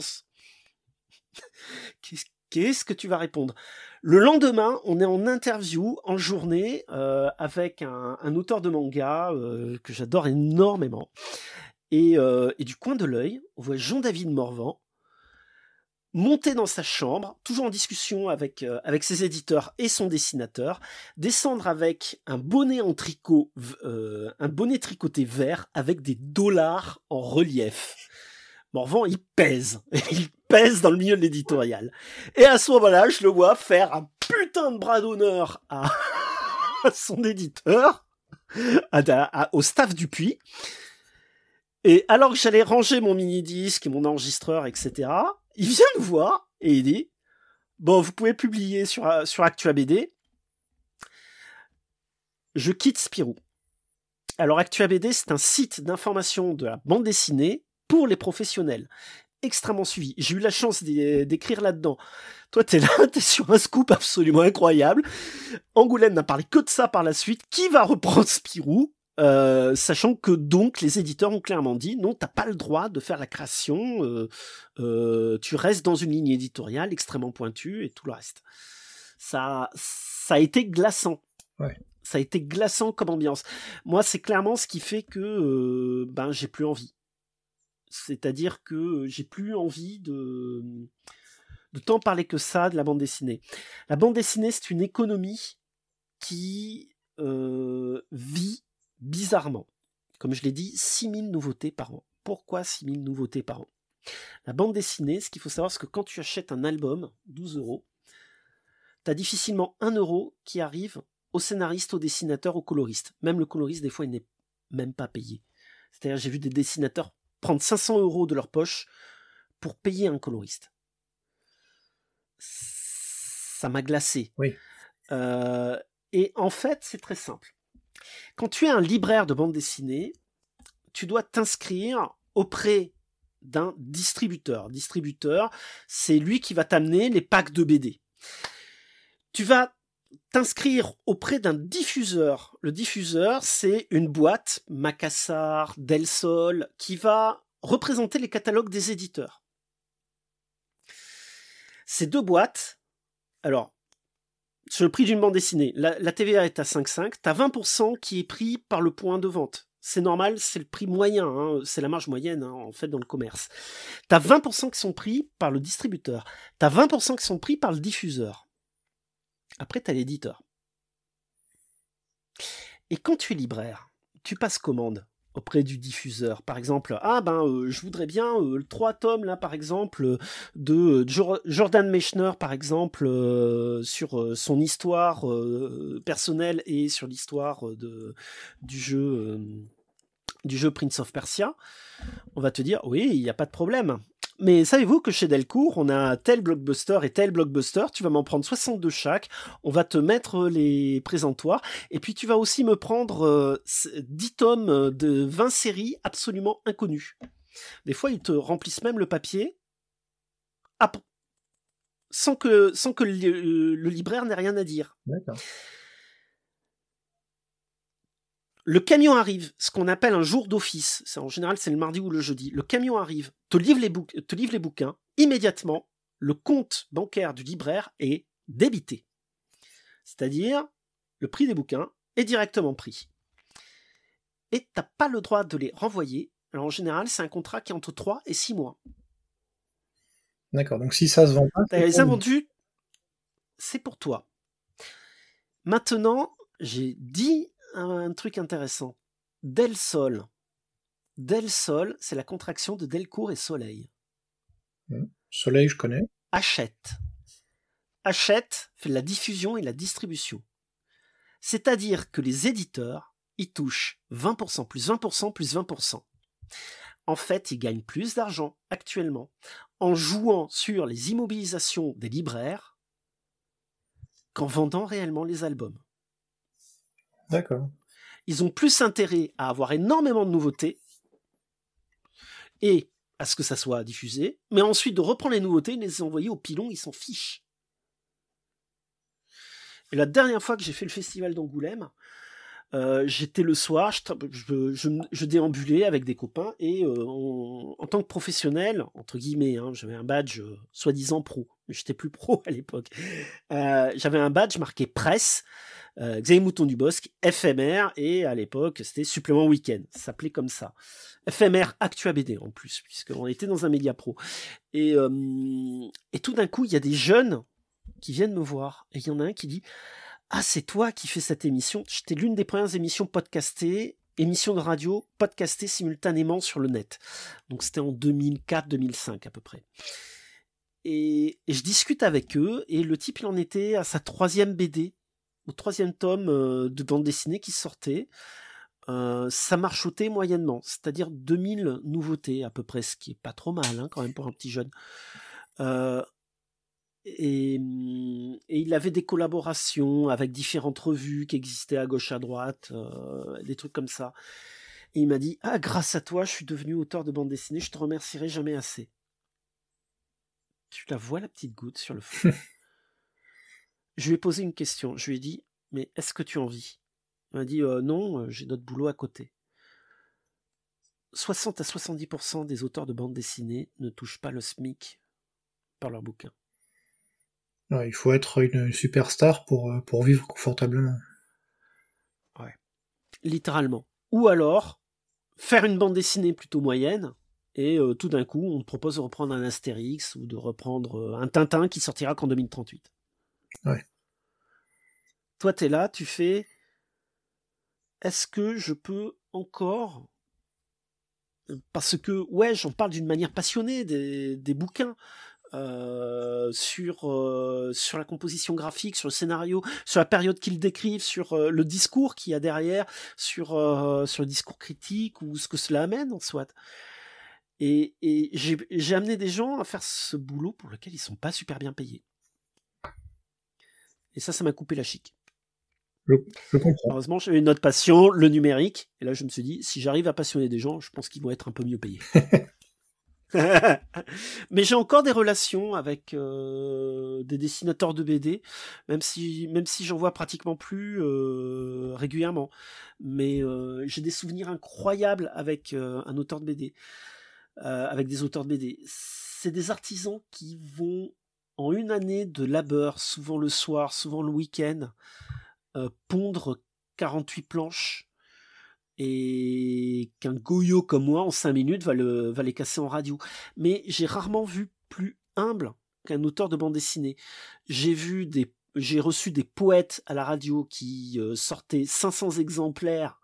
S2: Qu'est-ce que tu vas répondre ? Le lendemain, on est en interview, en journée, euh, avec un, un auteur de manga euh, que j'adore énormément. Et, euh, et du coin de l'œil, on voit Jean-David Morvan monter dans sa chambre, toujours en discussion avec, euh, avec ses éditeurs et son dessinateur, descendre avec un bonnet en tricot, euh, un bonnet tricoté vert avec des dollars en relief. Morvan, il pèse. Il pèse dans le milieu de l'éditorial. Et à ce moment-là, je le vois faire un putain de bras d'honneur à, à son éditeur, à, à, au staff du Puy. Et alors que j'allais ranger mon mini-disque et mon enregistreur, et cetera, il vient nous voir et il dit « Bon, vous pouvez publier sur, sur Actua B D. Je quitte Spirou. » Alors, Actua B D, c'est un site d'information de la bande dessinée pour les professionnels, extrêmement suivi. J'ai eu la chance d'écrire là-dedans. Toi, t'es là, t'es sur un scoop absolument incroyable. Angoulême n'a parlé que de ça par la suite. Qui va reprendre Spirou, euh, sachant que donc les éditeurs ont clairement dit non, t'as pas le droit de faire la création. Euh, euh, tu restes dans une ligne éditoriale extrêmement pointue et tout le reste. Ça, ça a été glaçant.
S1: Ouais.
S2: Ça a été glaçant comme ambiance. Moi, c'est clairement ce qui fait que euh, ben j'ai plus envie. C'est-à-dire que j'ai plus envie de, de tant parler que ça de la bande dessinée. La bande dessinée, c'est une économie qui euh, vit bizarrement. Comme je l'ai dit, six mille nouveautés par an. Pourquoi six mille nouveautés par an ? La bande dessinée, ce qu'il faut savoir, c'est que quand tu achètes un album, douze euros, tu as difficilement un euro qui arrive au scénariste, au dessinateur, au coloriste. Même le coloriste, des fois, il n'est même pas payé. C'est-à-dire, j'ai vu des dessinateurs prendre cinq cents euros de leur poche pour payer un coloriste. Ça m'a glacé.
S1: Oui.
S2: Euh, et en fait, c'est très simple. Quand tu es un libraire de bande dessinée, tu dois t'inscrire auprès d'un distributeur. Distributeur, c'est lui qui va t'amener les packs de B D. Tu vas t'inscrire auprès d'un diffuseur. Le diffuseur, c'est une boîte, Macassar, Del Sol, qui va représenter les catalogues des éditeurs. Ces deux boîtes, alors, sur le prix d'une bande dessinée, la, la T V A est à cinq virgule cinq, tu as vingt pour cent qui est pris par le point de vente. C'est normal, c'est le prix moyen, hein, c'est la marge moyenne hein, en fait dans le commerce. Tu as vingt pour cent qui sont pris par le distributeur, tu as vingt pour cent qui sont pris par le diffuseur. Après, tu as l'éditeur. Et quand tu es libraire, tu passes commande auprès du diffuseur. Par exemple, ah ben euh, je voudrais bien euh, le trois tomes là par exemple de euh, Jo- Jordan Mechner par exemple euh, sur euh, son histoire euh, personnelle et sur l'histoire euh, de du jeu euh, du jeu Prince of Persia. On va te dire oui, il n'y a pas de problème. Mais savez-vous que chez Delcourt, on a tel blockbuster et tel blockbuster, tu vas m'en prendre soixante-deux chaque, on va te mettre les présentoirs, et puis tu vas aussi me prendre euh, dix tomes de vingt séries absolument inconnues. Des fois, ils te remplissent même le papier ap- sans que, sans que le, le libraire n'ait rien à dire.
S1: D'accord.
S2: Le camion arrive, ce qu'on appelle un jour d'office. C'est, en général, c'est le mardi ou le jeudi. Le camion arrive, te livre les, bouc- te livre les bouquins. Immédiatement, le compte bancaire du libraire est débité. C'est-à-dire, le prix des bouquins est directement pris. Et tu n'as pas le droit de les renvoyer. Alors, en général, c'est un contrat qui est entre trois et six mois.
S1: D'accord, donc si ça se vend pas,
S2: Tu
S1: c'est
S2: les
S1: pour
S2: as
S1: nous.
S2: vendus, c'est pour toi. Maintenant, j'ai dit un truc intéressant. Del Sol. Del Sol, c'est la contraction de Delcourt et Soleil.
S1: Hmm. Soleil, je connais.
S2: Hachette. Hachette fait la diffusion et la distribution. C'est-à-dire que les éditeurs, ils touchent vingt pour cent plus vingt pour cent plus vingt pour cent. En fait, ils gagnent plus d'argent actuellement en jouant sur les immobilisations des libraires qu'en vendant réellement les albums.
S1: D'accord.
S2: Ils ont plus intérêt à avoir énormément de nouveautés et à ce que ça soit diffusé, mais ensuite de reprendre les nouveautés et les envoyer au pilon, ils s'en fichent. Et la dernière fois que j'ai fait le festival d'Angoulême, euh, j'étais le soir, je, je, je, je déambulais avec des copains et euh, on, en tant que professionnel, entre guillemets, hein, j'avais un badge euh, soi-disant pro, mais j'étais plus pro à l'époque. Euh, j'avais un badge marqué presse, euh, Xavier Mouton-Dubosc, F M R, et à l'époque c'était supplément week-end, ça s'appelait comme ça. F M R Actua B D en plus, puisqu'on était dans un média pro. Et, euh, et tout d'un coup, il y a des jeunes qui viennent me voir, et il y en a un qui dit « Ah, c'est toi qui fais cette émission ?» J'étais l'une des premières émissions podcastées, émissions de radio podcastées simultanément sur le net. Donc c'était en deux mille quatre deux mille cinq à peu près. Et, et je discute avec eux, et le type il en était à sa troisième B D, au troisième tome euh, de bande dessinée qui sortait. Euh, ça marchotait moyennement, c'est-à-dire deux mille nouveautés à peu près, ce qui est pas trop mal hein, quand même pour un petit jeune. Euh, et, et il avait des collaborations avec différentes revues qui existaient à gauche à droite, euh, des trucs comme ça. Et il m'a dit « Ah, grâce à toi, je suis devenu auteur de bande dessinée, je te remercierai jamais assez. » Tu la vois la petite goutte sur le fond. Je lui ai posé une question, je lui ai dit « Mais est-ce que tu en vis ?» Il m'a dit euh, « Non, j'ai d'autres boulots à côté. » soixante à soixante-dix pour cent des auteurs de bande dessinée ne touchent pas le SMIC par leurs bouquins.
S1: Ouais, il faut être une superstar pour, pour vivre confortablement.
S2: Ouais. Littéralement. Ou alors, faire une bande dessinée plutôt moyenne, et euh, tout d'un coup, on te propose de reprendre un Astérix ou de reprendre euh, un Tintin qui sortira qu'en deux mille trente-huit.
S1: Ouais.
S2: Toi, t'es là, tu fais... Est-ce que je peux encore... Parce que, ouais, j'en parle d'une manière passionnée des, des bouquins. Euh, sur euh, sur la composition graphique, sur le scénario, sur la période qu'ils décrivent, sur euh, le discours qu'il y a derrière, sur euh, sur le discours critique ou ce que cela amène en soit. Et, et j'ai, j'ai amené des gens à faire ce boulot pour lequel ils sont pas super bien payés. Et ça, ça m'a coupé la chic.
S1: Je, je comprends.
S2: Heureusement, j'avais une autre passion, le numérique. Et là, je me suis dit, si j'arrive à passionner des gens, je pense qu'ils vont être un peu mieux payés. Mais j'ai encore des relations avec euh, des dessinateurs de B D, même si même si j'en vois pratiquement plus euh, régulièrement. Mais euh, j'ai des souvenirs incroyables avec euh, un auteur de B D, euh, avec des auteurs de B D. C'est des artisans qui vont en une année de labeur, souvent le soir, souvent le week-end, euh, pondre quarante-huit planches. et qu'un goyot comme moi, en cinq minutes, va, le, va les casser en radio. Mais j'ai rarement vu plus humble qu'un auteur de bande dessinée. J'ai vu des, j'ai reçu des poètes à la radio qui euh, sortaient cinq cents exemplaires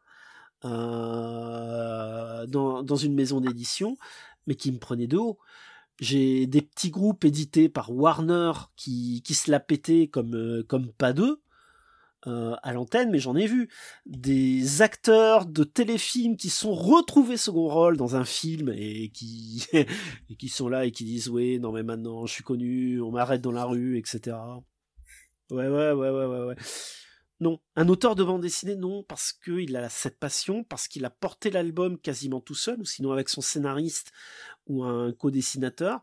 S2: euh, dans, dans une maison d'édition, mais qui me prenaient de haut. J'ai des petits groupes édités par Warner qui, qui se la pétaient comme, euh, comme pas deux. Euh, à l'antenne, mais j'en ai vu des acteurs de téléfilms qui sont retrouvés second rôle dans un film et qui et qui sont là et qui disent oui non mais maintenant je suis connu, on m'arrête dans la rue, et cetera. Ouais ouais ouais ouais ouais ouais. Non, un auteur de bande dessinée non, parce que il a cette passion, parce qu'il a porté l'album quasiment tout seul ou sinon avec son scénariste ou un co-dessinateur.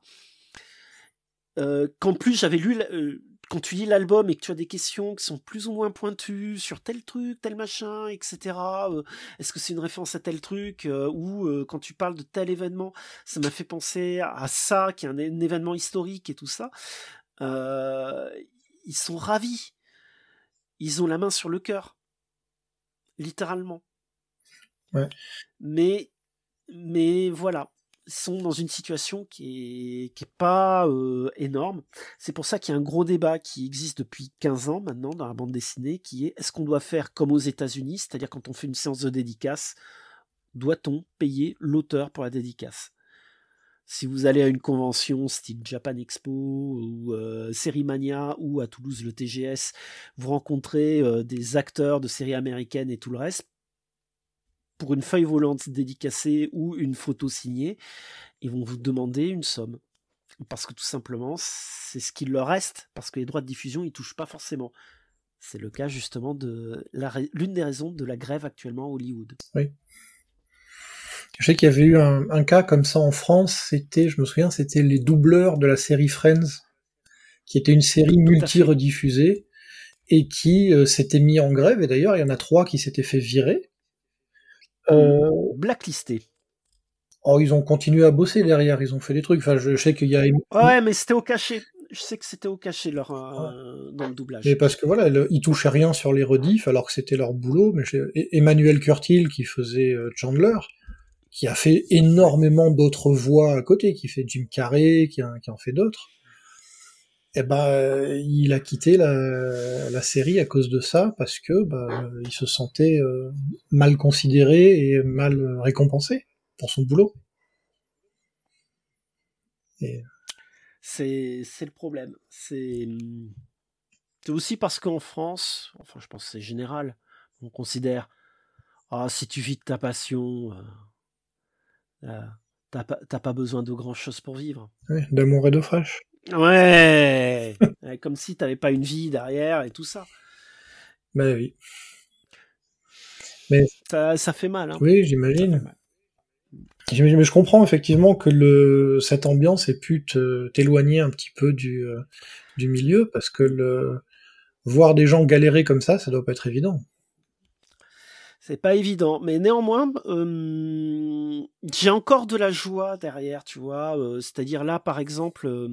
S2: Euh, qu'en plus j'avais lu euh, quand tu lis l'album et que tu as des questions qui sont plus ou moins pointues sur tel truc, tel machin, et cetera. Euh, est-ce que c'est une référence à tel truc euh, ou euh, quand tu parles de tel événement, ça m'a fait penser à ça, qui est un, un événement historique et tout ça. Euh, ils sont ravis. Ils ont la main sur le cœur, littéralement.
S1: Ouais.
S2: Mais, mais voilà. Sont dans une situation qui est, qui est pas euh, énorme. C'est pour ça qu'il y a un gros débat qui existe depuis quinze ans maintenant dans la bande dessinée, qui est est-ce qu'on doit faire comme aux États-Unis, c'est-à-dire quand on fait une séance de dédicace, doit-on payer l'auteur pour la dédicace? Si vous allez à une convention style Japan Expo ou euh, Sérimania ou à Toulouse le T G S, vous rencontrez euh, des acteurs de séries américaines et tout le reste, pour une feuille volante dédicacée ou une photo signée, ils vont vous demander une somme. Parce que tout simplement, c'est ce qu'il leur reste, parce que les droits de diffusion, ils touchent pas forcément. C'est le cas justement de la, l'une des raisons de la grève actuellement à Hollywood.
S1: Oui. Je sais qu'il y avait eu un, un cas comme ça en France, c'était, je me souviens, c'était les doubleurs de la série Friends, qui était une série multi-rediffusée, et qui euh, s'était mis en grève, et d'ailleurs, il y en a trois qui s'étaient fait virer.
S2: Euh... Blacklisté.
S1: Oh, ils ont continué à bosser derrière, ils ont fait des trucs. Enfin, je, je sais qu'il y a.
S2: Ouais, mais c'était au cachet. Je sais que c'était au cachet leur, euh, dans le doublage.
S1: Mais parce que voilà, le, ils touchaient rien sur les rediffs alors que c'était leur boulot. Mais je, Emmanuel Curtil qui faisait euh, Chandler, qui a fait énormément d'autres voix à côté, qui fait Jim Carrey, qui, a, qui en fait d'autres. Et ben, euh, il a quitté la, la série à cause de ça parce que bah, il se sentait euh, mal considéré et mal récompensé pour son boulot. Et...
S2: C'est, c'est le problème. C'est, c'est aussi parce qu'en France, enfin je pense que c'est général, on considère, ah si tu vis de ta passion, euh, euh, t'as, pas, t'as pas besoin de grand chose pour vivre.
S1: Oui, d'amour et d'eau fraîche.
S2: Ouais, comme si t'avais pas une vie derrière et tout ça.
S1: Ben oui. Mais
S2: ça, ça fait mal. Hein.
S1: Oui, j'imagine. Mais je comprends effectivement que le, cette ambiance ait pu te, t'éloigner un petit peu du, euh, du milieu, parce que le, voir des gens galérer comme ça, ça doit pas être évident.
S2: C'est pas évident, mais néanmoins, euh, j'ai encore de la joie derrière, tu vois. Euh, c'est-à-dire là, par exemple, euh,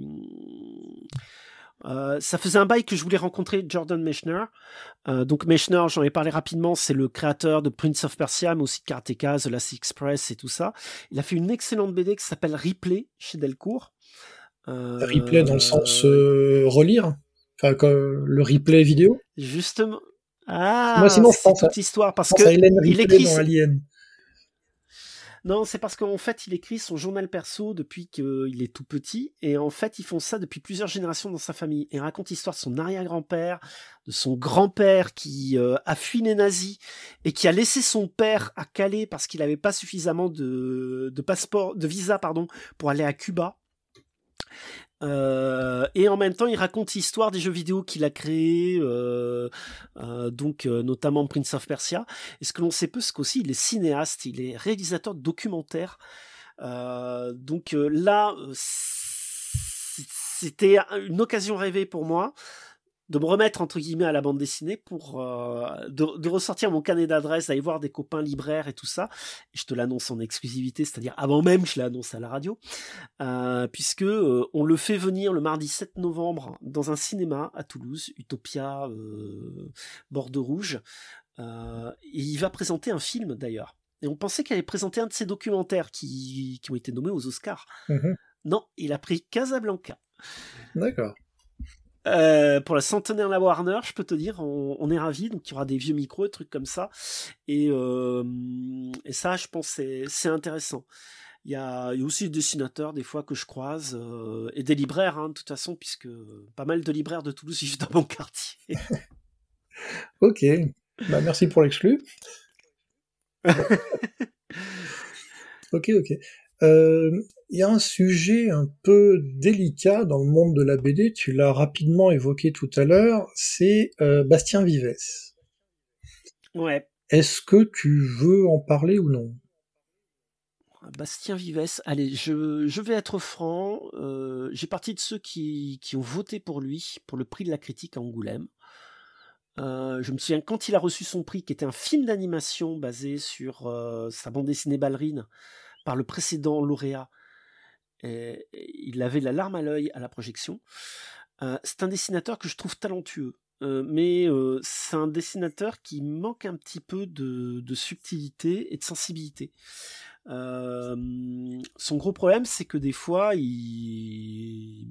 S2: euh, ça faisait un bail que je voulais rencontrer Jordan Mechner. Euh, donc Mechner, j'en ai parlé rapidement, c'est le créateur de Prince of Persia, mais aussi de Karateka, The Last Express et tout ça. Il a fait une excellente B D qui s'appelle Replay chez Delcourt.
S1: Euh, replay dans le sens euh, relire, enfin comme le replay vidéo.
S2: Justement. Ah,
S1: moi sinon je pense
S2: toute
S1: à,
S2: histoire parce
S1: je pense
S2: que
S1: à Hélène
S2: il
S1: Ripley
S2: écrit
S1: dans Alien.
S2: Non, c'est parce qu'en fait, il écrit son journal perso depuis qu'il est tout petit, et en fait, ils font ça depuis plusieurs générations dans sa famille. Et il raconte l'histoire de son arrière-grand-père, de son grand-père qui euh, a fui les nazis et qui a laissé son père à Calais parce qu'il n'avait pas suffisamment de, de passeport, de visa, pardon, pour aller à Cuba. Euh, et en même temps, il raconte l'histoire des jeux vidéo qu'il a créés, euh, euh, donc euh, notamment Prince of Persia. Et ce que l'on sait peu, c'est qu'aussi il est cinéaste, il est réalisateur de documentaires. Euh, donc euh, là, c'était une occasion rêvée pour moi de me remettre entre guillemets à la bande dessinée pour euh, de, de ressortir mon carnet d'adresses, aller voir des copains libraires et tout ça. Et je te l'annonce en exclusivité, c'est-à-dire avant même que je l'annonce à la radio, euh, puisque euh, on le fait venir le mardi sept novembre dans un cinéma à Toulouse, Utopia, euh, Bordeaux Rouge. Euh, et il va présenter un film d'ailleurs. Et on pensait qu'il allait présenter un de ses documentaires qui, qui ont été nommés aux Oscars.
S1: Mm-hmm.
S2: Non, il a pris Casablanca.
S1: D'accord.
S2: Euh, pour la centenaire de la Warner, je peux te dire, on, on est ravis. Donc, il y aura des vieux micros, des trucs comme ça. Et, euh, et ça, je pense, c'est, c'est intéressant. Il y, a, il y a aussi des dessinateurs, des fois, que je croise, euh, et des libraires, hein, de toute façon, puisque pas mal de libraires de Toulouse vivent dans mon quartier.
S1: Ok. Bah, merci pour l'exclu. ok, ok. Il euh, y a un sujet un peu délicat dans le monde de la B D, tu l'as rapidement évoqué tout à l'heure, c'est euh, Bastien Vives.
S2: Ouais.
S1: Est-ce que tu veux en parler ou non ?
S2: Bastien Vives, allez, je, je vais être franc, euh, j'ai partie de ceux qui, qui ont voté pour lui, pour le prix de la critique à Angoulême. Euh, je me souviens quand il a reçu son prix, qui était un film d'animation basé sur euh, sa bande dessinée Ballerine, par le précédent lauréat. Et, et il avait la larme à l'œil à la projection. Euh, c'est un dessinateur que je trouve talentueux, euh, mais euh, c'est un dessinateur qui manque un petit peu de, de subtilité et de sensibilité. Euh, son gros problème, c'est que des fois, il,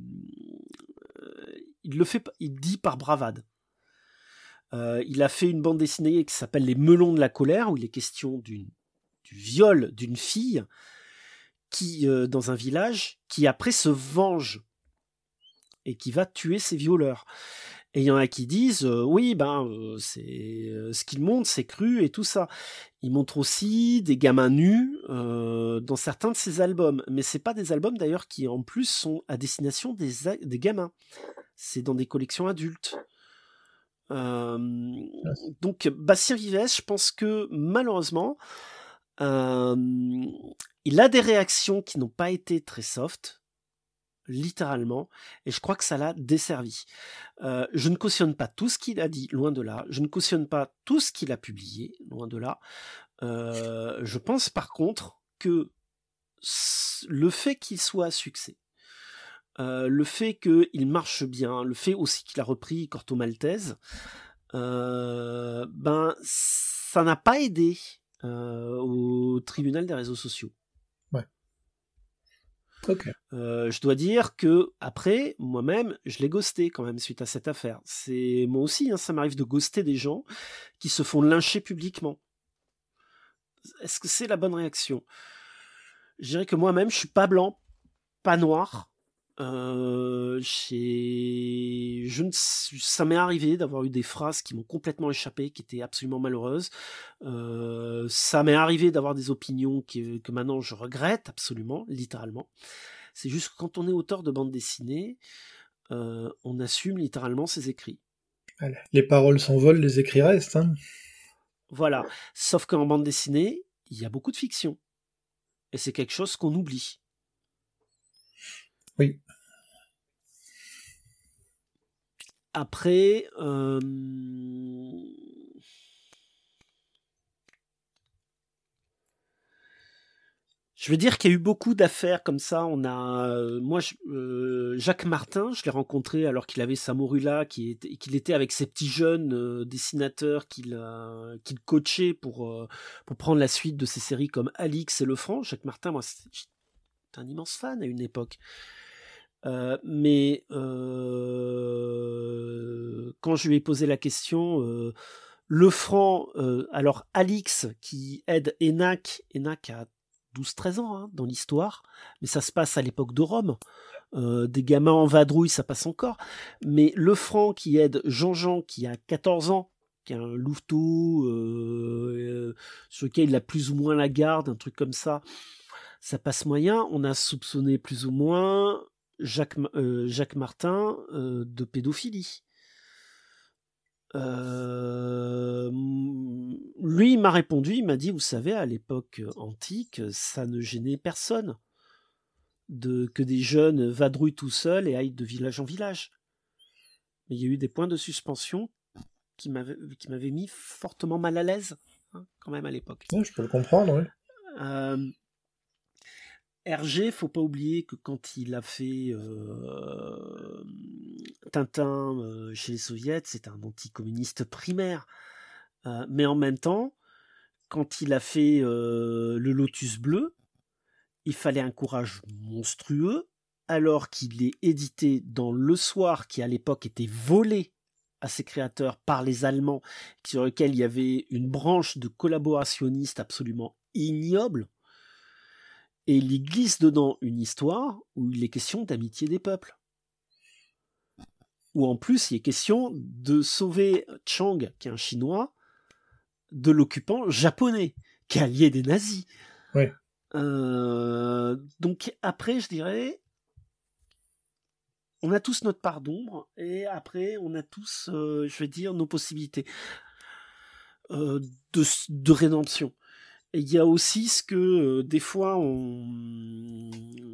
S2: il le fait, il dit par bravade. Euh, il a fait une bande dessinée qui s'appelle Les Melons de la colère, où il est question d'une, du viol d'une fille qui, euh, dans un village, qui après se venge et qui va tuer ses violeurs. Et il y en a qui disent euh, oui, ben euh, c'est euh, ce qu'il montre, c'est cru et tout ça. Il montre aussi des gamins nus euh, dans certains de ses albums, mais c'est pas des albums d'ailleurs qui en plus sont à destination des, des gamins. C'est dans des collections adultes. Euh, donc Bastien Vives, je pense que malheureusement, euh, il a des réactions qui n'ont pas été très soft, littéralement, et je crois que ça l'a desservi. Euh, je ne cautionne pas tout ce qu'il a dit, loin de là. Je ne cautionne pas tout ce qu'il a publié, loin de là. Euh, je pense par contre que le fait qu'il soit à succès, euh, le fait qu'il marche bien, le fait aussi qu'il a repris Corto Maltese, euh, ben ça n'a pas aidé euh, au tribunal des réseaux sociaux.
S1: Ouais. Ok.
S2: Euh, je dois dire que après, moi-même, je l'ai ghosté quand même suite à cette affaire. C'est moi aussi, hein, ça m'arrive de ghoster des gens qui se font lyncher publiquement. Est-ce que c'est la bonne réaction ? Je dirais que moi-même, je suis pas blanc, pas noir. Euh, j'ai... Je ne... Ça m'est arrivé d'avoir eu des phrases qui m'ont complètement échappé, qui étaient absolument malheureuses. Euh, ça m'est arrivé d'avoir des opinions qui... que maintenant je regrette absolument, littéralement. C'est juste que quand on est auteur de bande dessinée, euh, on assume littéralement ses écrits.
S1: Les paroles s'envolent, les écrits restent. Hein.
S2: Voilà. Sauf qu'en bande dessinée, il y a beaucoup de fiction. Et c'est quelque chose qu'on oublie.
S1: Oui.
S2: Après, euh... je veux dire qu'il y a eu beaucoup d'affaires comme ça. On a, euh, moi, je, euh, Jacques Martin, je l'ai rencontré alors qu'il avait sa morula, qu'il était, qu'il était avec ses petits jeunes euh, dessinateurs qu'il, euh, qu'il coachait pour euh, pour prendre la suite de ses séries comme Alix et Le Franc. Jacques Martin, moi, j'étais un immense fan à une époque. Euh, mais euh, quand je lui ai posé la question, euh, Le Franc, euh, alors Alix qui aide Enac, Enac a douze treize ans hein, dans l'histoire, mais ça se passe à l'époque de Rome. Euh, des gamins en vadrouille, ça passe encore. Mais Le Franc qui aide Jean-Jean qui a quatorze ans, qui a un louveteau euh, euh, sur lequel il a plus ou moins la garde, un truc comme ça, ça passe moyen. On a soupçonné plus ou moins Jacques, euh, Jacques Martin euh, de pédophilie. Euh, lui, il m'a répondu, il m'a dit, vous savez, à l'époque antique, ça ne gênait personne de, que des jeunes vadrouillent tout seuls et aillent de village en village. Mais il y a eu des points de suspension qui m'avaient, qui m'avaient mis fortement mal à l'aise, hein, quand même, à l'époque.
S1: Ouais, je peux le comprendre, oui.
S2: Euh, Hergé, faut pas oublier que quand il a fait euh, Tintin euh, chez les soviets, c'était un anticommuniste primaire. Euh, mais en même temps, quand il a fait euh, le Lotus Bleu, il fallait un courage monstrueux, alors qu'il est édité dans Le Soir, qui à l'époque était volé à ses créateurs par les Allemands, sur lequel il y avait une branche de collaborationnistes absolument ignoble, et il y glisse dedans une histoire où il est question d'amitié des peuples. Où en plus il est question de sauver Chang, qui est un Chinois, de l'occupant japonais, qui est allié des nazis.
S1: Ouais.
S2: Euh, donc après, je dirais, on a tous notre part d'ombre, et après, on a tous, euh, je vais dire, nos possibilités euh, de, de rédemption. Et il y a aussi ce que, euh, des fois, on...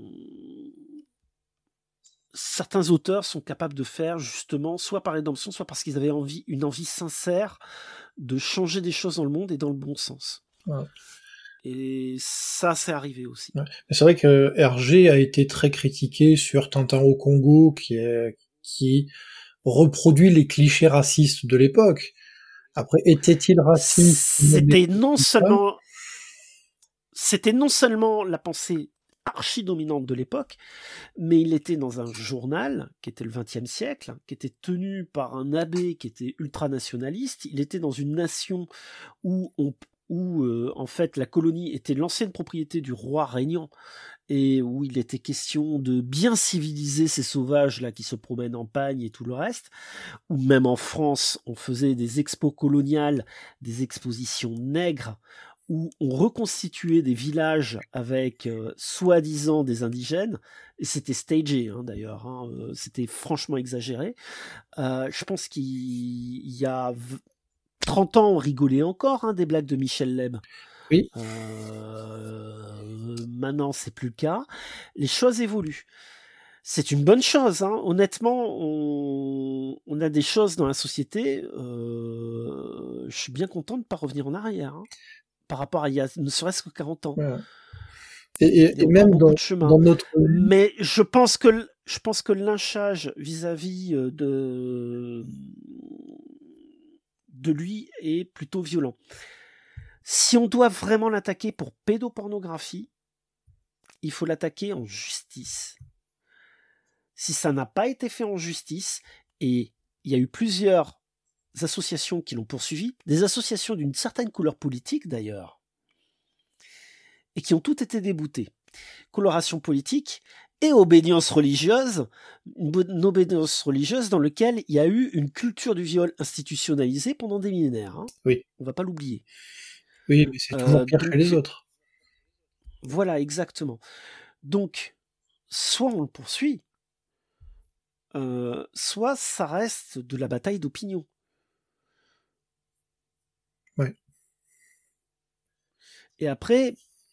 S2: certains auteurs sont capables de faire, justement, soit par rédemption, soit parce qu'ils avaient envie, une envie sincère de changer des choses dans le monde et dans le bon sens.
S1: Ouais.
S2: Et ça, c'est arrivé aussi.
S1: Ouais. C'est vrai que Hergé a été très critiqué sur Tintin au Congo, qui est, qui reproduit les clichés racistes de l'époque. Après, était-il raciste?
S2: C'était non seulement, c'était non seulement la pensée archi-dominante de l'époque, mais il était dans un journal qui était le vingtième siècle, qui était tenu par un abbé qui était ultranationaliste. Il était dans une nation où on où euh, en fait la colonie était l'ancienne propriété du roi régnant, et où il était question de bien civiliser ces sauvages là qui se promènent en pagne et tout le reste, ou même en France on faisait des expos coloniales, des expositions nègres, où on reconstituait des villages avec euh, soi-disant des indigènes, et c'était stagé hein, d'ailleurs, hein, euh, c'était franchement exagéré. Euh, je pense qu'il y a trente ans, on rigolait encore hein, des blagues de Michel Leb.
S1: Oui.
S2: Euh, maintenant, c'est plus le cas. Les choses évoluent. C'est une bonne chose. Hein. Honnêtement, on, on a des choses dans la société. Euh, je suis bien content de ne pas revenir en arrière hein, par rapport à il y a ne serait-ce que quarante ans.
S1: Ouais. Et, et, et même dans, dans notre...
S2: Mais je pense que, je pense que le lynchage vis-à-vis de... de lui est plutôt violent. Si on doit vraiment l'attaquer pour pédopornographie, il faut l'attaquer en justice. Si ça n'a pas été fait en justice, et il y a eu plusieurs associations qui l'ont poursuivi, des associations d'une certaine couleur politique d'ailleurs, et qui ont toutes été déboutées. Coloration politique et obédience religieuse, une obédience religieuse dans laquelle il y a eu une culture du viol institutionnalisée pendant des millénaires. Hein.
S1: Oui.
S2: On ne va pas l'oublier.
S1: Oui, mais c'est toujours euh, pire donc, que les autres.
S2: Voilà, exactement. Donc, soit on le poursuit, euh, soit ça reste de la bataille d'opinion.
S1: Ouais.
S2: Et après,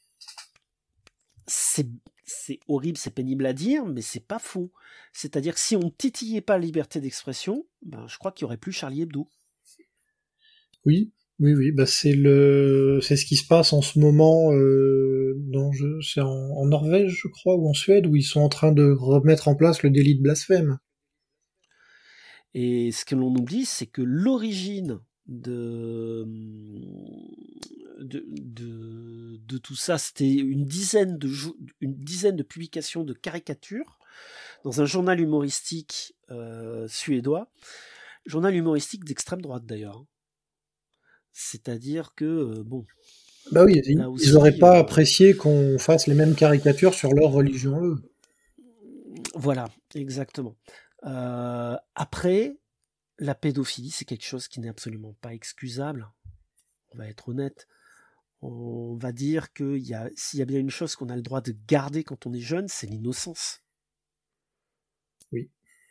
S2: c'est, c'est horrible, c'est pénible à dire, mais c'est pas faux. C'est-à-dire que si on titillait pas la liberté d'expression, ben, je crois qu'il y aurait plus Charlie Hebdo.
S1: Oui, oui, oui, bah c'est le, c'est ce qui se passe en ce moment euh, dans, je, c'est en, en Norvège, je crois, ou en Suède, où ils sont en train de remettre en place le délit de blasphème.
S2: Et ce que l'on oublie, c'est que l'origine de de, de, de tout ça, c'était une dizaine de une dizaine de publications de caricatures dans un journal humoristique euh, suédois, journal humoristique d'extrême droite d'ailleurs. C'est-à-dire que euh, bon.
S1: Bah oui, ils, aussi, ils auraient pas euh, apprécié qu'on fasse les mêmes caricatures sur leur religion eux.
S2: Voilà, exactement. Euh, après, la pédophilie, c'est quelque chose qui n'est absolument pas excusable. On va être honnête. On va dire que y a, s'il y a bien une chose qu'on a le droit de garder quand on est jeune, c'est l'innocence.
S1: Oui.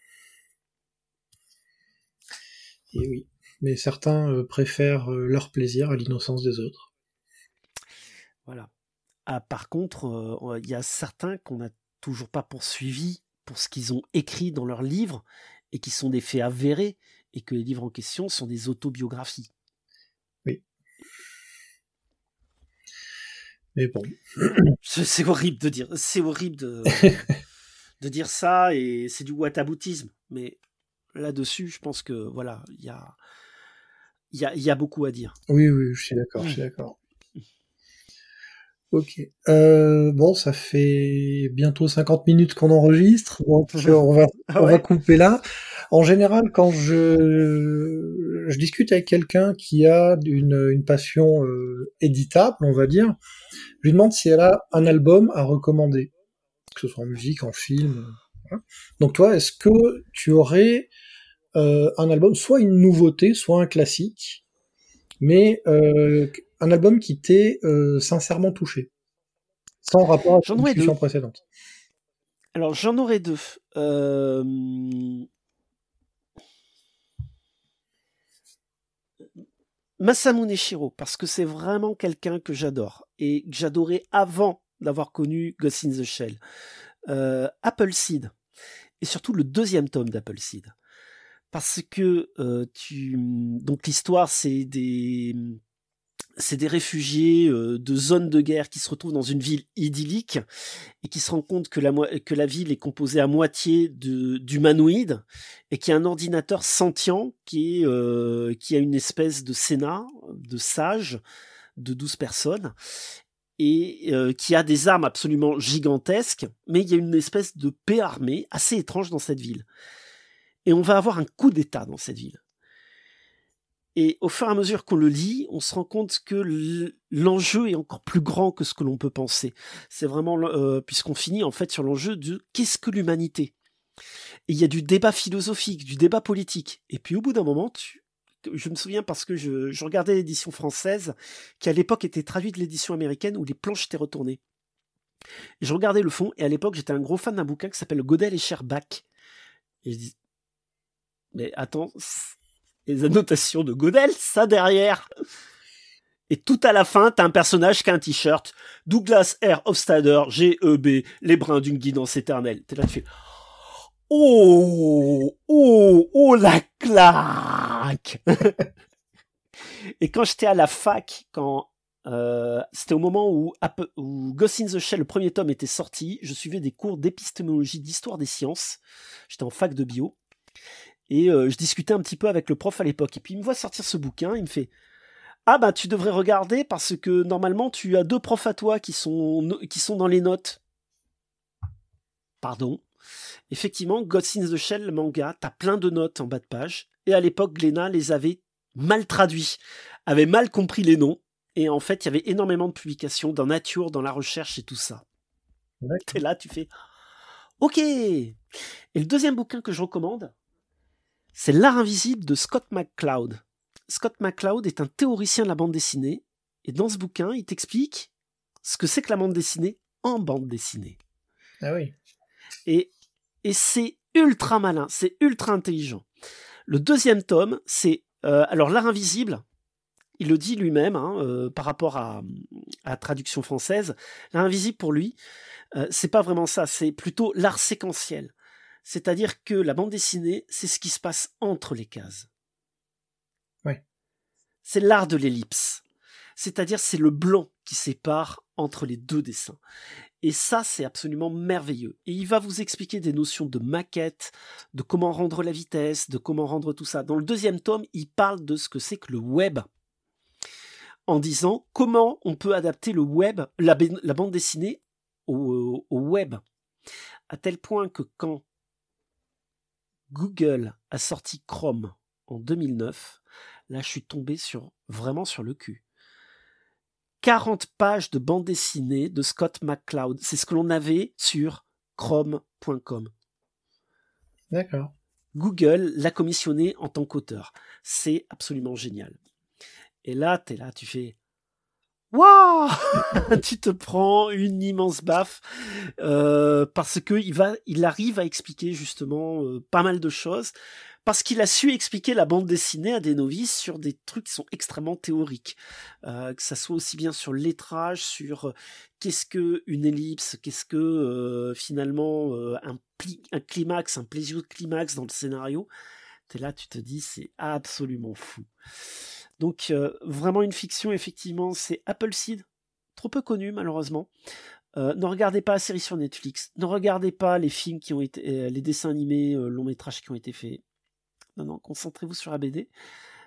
S1: Et oui. Mais certains euh, préfèrent euh, leur plaisir à l'innocence des autres.
S2: Voilà. Ah, par contre, il euh, y a certains qu'on n'a toujours pas poursuivis pour ce qu'ils ont écrit dans leurs livres et qui sont des faits avérés, et que les livres en question sont des autobiographies.
S1: Oui. Mais bon.
S2: C'est horrible de dire, c'est horrible de, de dire ça, et c'est du whataboutisme. Mais là-dessus, je pense que voilà, il y a, il y a, y a beaucoup à dire.
S1: Oui, oui, je suis d'accord, mmh. je suis d'accord. Ok. Euh, bon, ça fait bientôt cinquante minutes qu'on enregistre, donc on va,
S2: ah
S1: on
S2: ouais.
S1: va couper là. En général, quand je, je discute avec quelqu'un qui a une, une passion euh, éditable, on va dire, je lui demande si elle a un album à recommander, que ce soit en musique, en film. Voilà. Donc toi, est-ce que tu aurais euh, un album, soit une nouveauté, soit un classique, mais euh, un album qui t'ait euh, sincèrement touché, sans rapport à la discussion deux. précédente.
S2: Alors j'en aurais deux. Euh... Masamune Shirow, parce que c'est vraiment quelqu'un que j'adore et que j'adorais avant d'avoir connu Ghost in the Shell. Euh, Appleseed, et surtout le deuxième tome d'Appleseed. Parce que euh, tu... donc l'histoire, c'est des... c'est des réfugiés euh, de zones de guerre qui se retrouvent dans une ville idyllique et qui se rendent compte que la, mo- que la ville est composée à moitié de, d'humanoïdes et qu'il y a un ordinateur sentient qui, est, euh, qui a une espèce de sénat, de sages, de douze personnes, et euh, qui a des armes absolument gigantesques, mais il y a une espèce de paix armée assez étrange dans cette ville. Et on va avoir un coup d'État dans cette ville. Et au fur et à mesure qu'on le lit, on se rend compte que l'enjeu est encore plus grand que ce que l'on peut penser. C'est vraiment, euh, puisqu'on finit en fait sur l'enjeu de qu'est-ce que l'humanité. Et il y a du débat philosophique, du débat politique. Et puis au bout d'un moment, tu... je me souviens parce que je, je regardais l'édition française, qui à l'époque était traduite de l'édition américaine où les planches étaient retournées. Et je regardais le fond, et à l'époque j'étais un gros fan d'un bouquin qui s'appelle Godel et Sherbach. Et je dis, mais attends... les annotations de Godel, ça derrière. Et tout à la fin, t'as un personnage qui a un t-shirt. Douglas R. Hofstadter, G E B, les brins d'une guidance éternelle. T'es là, tu fais... Oh, oh, oh, la claque. Et quand j'étais à la fac, quand euh, c'était au moment où, où Ghost in the Shell, le premier tome, était sorti, je suivais des cours d'épistémologie, d'histoire des sciences. J'étais en fac de bio. Et euh, je discutais un petit peu avec le prof à l'époque. Et puis il me voit sortir ce bouquin, il me fait « Ah bah tu devrais regarder parce que normalement tu as deux profs à toi qui sont, qui sont dans les notes. » Pardon. Effectivement, Ghost in the Shell, le manga, t'as plein de notes en bas de page. Et à l'époque, Glénat les avait mal traduits, avait mal compris les noms. Et en fait, il y avait énormément de publications dans Nature, dans la recherche et tout ça. Ouais. T'es là, tu fais « Ok !» Et le deuxième bouquin que je recommande, c'est L'Art invisible de Scott McCloud. Scott McCloud est un théoricien de la bande dessinée, et dans ce bouquin, il t'explique ce que c'est que la bande dessinée en bande dessinée.
S1: Ah oui.
S2: Et, et c'est ultra malin, c'est ultra intelligent. Le deuxième tome, c'est... Euh, alors, L'Art invisible, il le dit lui-même, hein, euh, par rapport à, à la traduction française, L'Art invisible, pour lui, euh, c'est pas vraiment ça, c'est plutôt l'art séquentiel. C'est-à-dire que la bande dessinée, c'est ce qui se passe entre les cases.
S1: Ouais.
S2: C'est l'art de l'ellipse. C'est-à-dire c'est le blanc qui sépare entre les deux dessins. Et ça, c'est absolument merveilleux. Et il va vous expliquer des notions de maquette, de comment rendre la vitesse, de comment rendre tout ça. Dans le deuxième tome, il parle de ce que c'est que le web, en disant comment on peut adapter le web, la, la bande dessinée au, au web. À tel point que quand Google a sorti Chrome en deux mille neuf. Là, je suis tombé sur, vraiment sur le cul. quarante pages de bande dessinée de Scott McCloud. C'est ce que l'on avait sur chrome point com.
S1: D'accord.
S2: Google l'a commissionné en tant qu'auteur. C'est absolument génial. Et là, t'es là, tu fais... Waouh. Tu te prends une immense baffe euh, parce que il va, il arrive à expliquer justement euh, pas mal de choses parce qu'il a su expliquer la bande dessinée à des novices sur des trucs qui sont extrêmement théoriques, euh, que ça soit aussi bien sur le lettrage, sur euh, qu'est-ce que une ellipse, qu'est-ce que euh, finalement euh, un, pli, un climax, un plésio-climax dans le scénario. T'es là, tu te dis c'est absolument fou. Donc euh, vraiment une fiction, effectivement, c'est Appleseed, trop peu connu malheureusement. Euh, ne regardez pas la série sur Netflix, ne regardez pas les films qui ont été, euh, les dessins animés, euh, longs métrages qui ont été faits. Non, non, concentrez-vous sur la B D.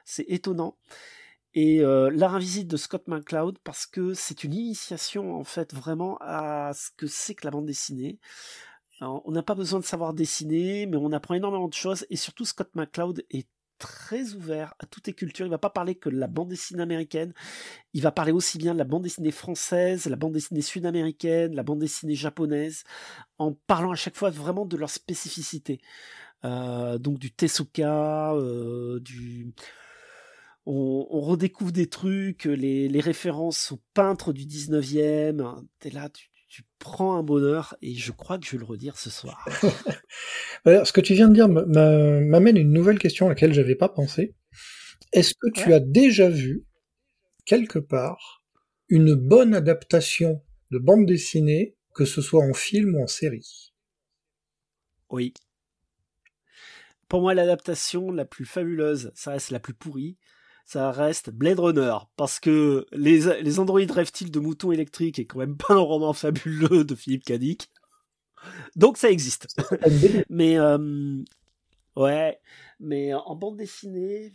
S2: c'est étonnant. Et euh, L'art invisible de Scott McCloud, parce que c'est une initiation en fait vraiment à ce que c'est que la bande dessinée. Alors, on n'a pas besoin de savoir dessiner, mais on apprend énormément de choses, et surtout Scott McCloud est très ouvert à toutes les cultures. Il va pas parler que de la bande dessinée américaine, il va parler aussi bien de la bande dessinée française, la bande dessinée sud-américaine, la bande dessinée japonaise, en parlant à chaque fois vraiment de leur spécificité. Euh, donc du Tezuka, euh, du... On, on redécouvre des trucs, les, les références aux peintres du dix-neuvième. T'es là, tu, tu prends un bonheur, et je crois que je vais le redire ce soir.
S1: Alors, ce que tu viens de dire m'amène une nouvelle question à laquelle j'avais pas pensé. Est-ce que tu
S2: Ouais.
S1: as déjà vu, quelque part, une bonne adaptation de bande dessinée, que ce soit en film ou en série?
S2: Oui. Pour moi, l'adaptation la plus fabuleuse, ça reste la plus pourrie, ça reste Blade Runner, parce que les, les androïdes reptiles de moutons électriques est quand même pas un roman fabuleux de Philippe K. Dick. Donc ça existe. mais euh, ouais, mais en bande dessinée,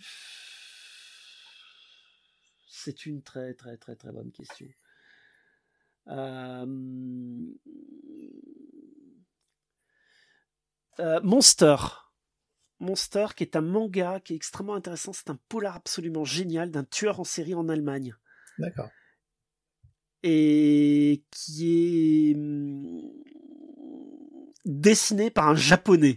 S2: c'est une très très très très bonne question. Euh, euh, Monster. Monster, qui est un manga qui est extrêmement intéressant. C'est un polar absolument génial d'un tueur en série en Allemagne.
S1: D'accord.
S2: Et qui est dessiné par un japonais.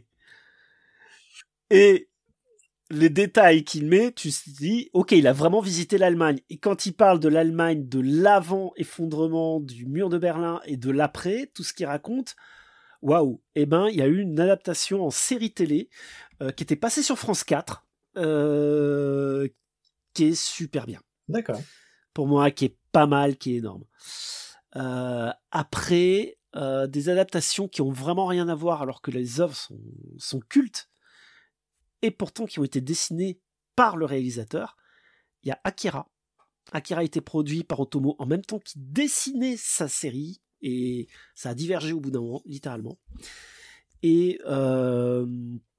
S2: Et les détails qu'il met, tu te dis, ok, il a vraiment visité l'Allemagne. Et quand il parle de l'Allemagne, de l'avant-effondrement du mur de Berlin et de l'après, tout ce qu'il raconte, waouh. Eh ben, il y a eu une adaptation en série télé euh, qui était passée sur France quatre, euh, qui est super bien.
S1: D'accord.
S2: Pour moi, qui est pas mal, qui est énorme. Euh, après, euh, des adaptations qui ont vraiment rien à voir, alors que les œuvres sont, sont cultes, et pourtant qui ont été dessinées par le réalisateur. Il y a Akira. Akira a été produit par Otomo en même temps qu'il dessinait sa série, et ça a divergé au bout d'un moment, littéralement. Et euh,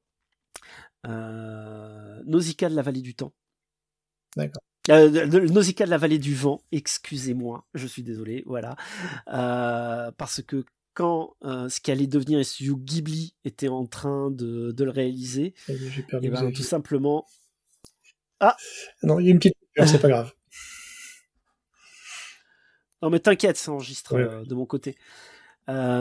S2: euh, Nausicaa de la vallée du temps.
S1: D'accord.
S2: Euh, Nausicaa de la vallée du vent, excusez-moi, je suis désolé, voilà. Euh, parce que quand euh, ce qui allait devenir un studio Ghibli était en train de, de le réaliser,
S1: J'ai perdu
S2: et ben, tout simplement... Ah
S1: Non, il y a une petite coupure, c'est pas grave.
S2: Non mais t'inquiète, ça enregistre
S1: ouais,
S2: euh,
S1: ouais.
S2: de mon côté. Euh...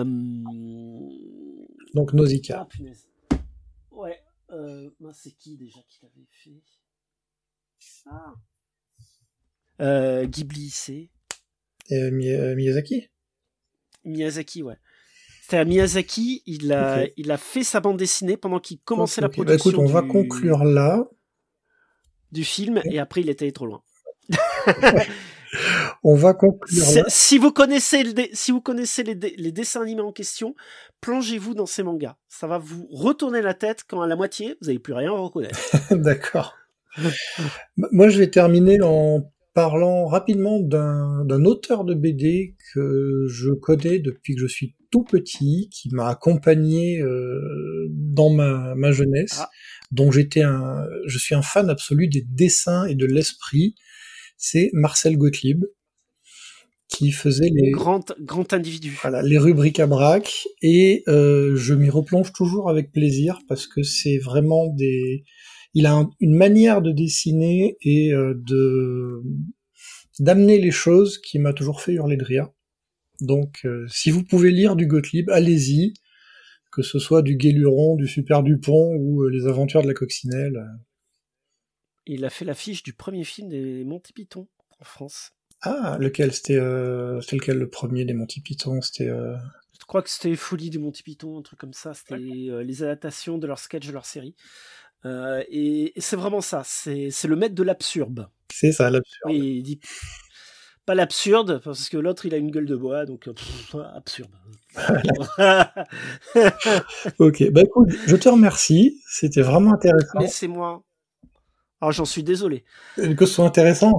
S1: Donc Nausicaa.
S2: Ah punaise. Ouais, euh, c'est qui déjà qui l'avait fait? Ah euh, Ghibli, c'est...
S1: Euh, Miyazaki
S2: Miyazaki, ouais. C'est à Miyazaki, il a, okay. il a fait sa bande dessinée pendant qu'il commençait okay, okay.
S1: la production. Bah, écoute, on
S2: du...
S1: va conclure là.
S2: Du film, okay. Et après il était allé trop loin.
S1: On va conclure là.
S2: Si vous connaissez, le dé... si vous connaissez les, dé... les dessins animés en question, plongez-vous dans ces mangas. Ça va vous retourner la tête quand à la moitié, vous n'avez plus rien à reconnaître.
S1: D'accord. Moi, je vais terminer en parlant rapidement d'un, d'un auteur de B D que je connais depuis que je suis tout petit, qui m'a accompagné euh, dans ma, ma jeunesse, ah. dont j'étais un, je suis un fan absolu des dessins et de l'esprit. C'est Marcel Gottlieb, qui faisait les
S2: grand grand individu.
S1: Voilà, les rubriques à braque, et euh, je m'y replonge toujours avec plaisir parce que c'est vraiment des il a un, une manière de dessiner et euh, de d'amener les choses qui m'a toujours fait hurler de rire. Donc, euh, si vous pouvez lire du Gottlieb, allez-y, que ce soit du Guéluron, du Super Dupont ou euh, les Aventures de la Coccinelle.
S2: Il a fait l'affiche du premier film des Monty Python en France.
S1: Ah, lequel? C'était, euh, c'était lequel le premier des Monty Python? C'était. Euh...
S2: Je crois que c'était Folie des Monty Python, un truc comme ça. C'était ouais. euh, les adaptations de leurs sketchs, de leur série. Euh, et, et c'est vraiment ça, c'est, c'est le maître de l'absurde.
S1: C'est ça, l'absurde.
S2: Oui, il dit pas l'absurde, parce que l'autre il a une gueule de bois, donc pff, absurde.
S1: Ok, bah écoute, je te remercie, c'était vraiment intéressant.
S2: Laissez-moi. Alors j'en suis désolé.
S1: Que ce soit intéressant.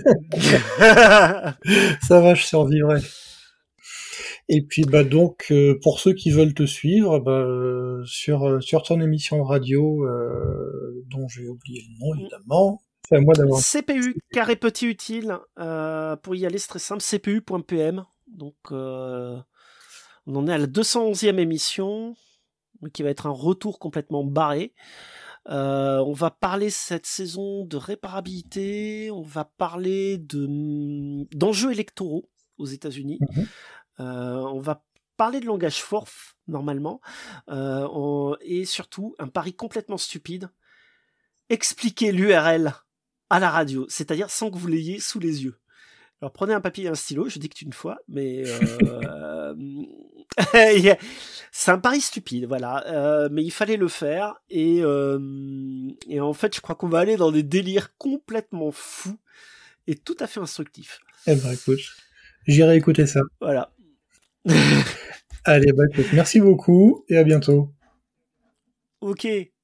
S1: Ça va, je survivrai. Et puis bah donc euh, pour ceux qui veulent te suivre, bah, euh, sur sur ton émission radio euh, dont j'ai oublié le nom évidemment, C'est à moi d'avoir.
S2: C P U, carré petit utile. Euh, pour y aller, c'est très simple. C P U point P M. Donc, euh, on en est à la deux cent onzième émission, qui va être un retour complètement barré. Euh, on va parler cette saison de réparabilité. On va parler de d'enjeux électoraux aux États-Unis.
S1: Mhm.
S2: Euh, on va parler de langage forth normalement, euh, on, et surtout un pari complètement stupide. Expliquer l'U R L à la radio, c'est-à-dire sans que vous l'ayez sous les yeux. Alors prenez un papier et un stylo, je dicte une fois, mais euh, c'est un pari stupide, voilà. Euh, mais il fallait le faire, et, euh, et en fait, je crois qu'on va aller dans des délires complètement fous et tout à fait instructifs.
S1: Eh ben écoute, j'irai écouter ça.
S2: Voilà.
S1: Allez, bah écoute, merci beaucoup et à bientôt.
S2: Ok.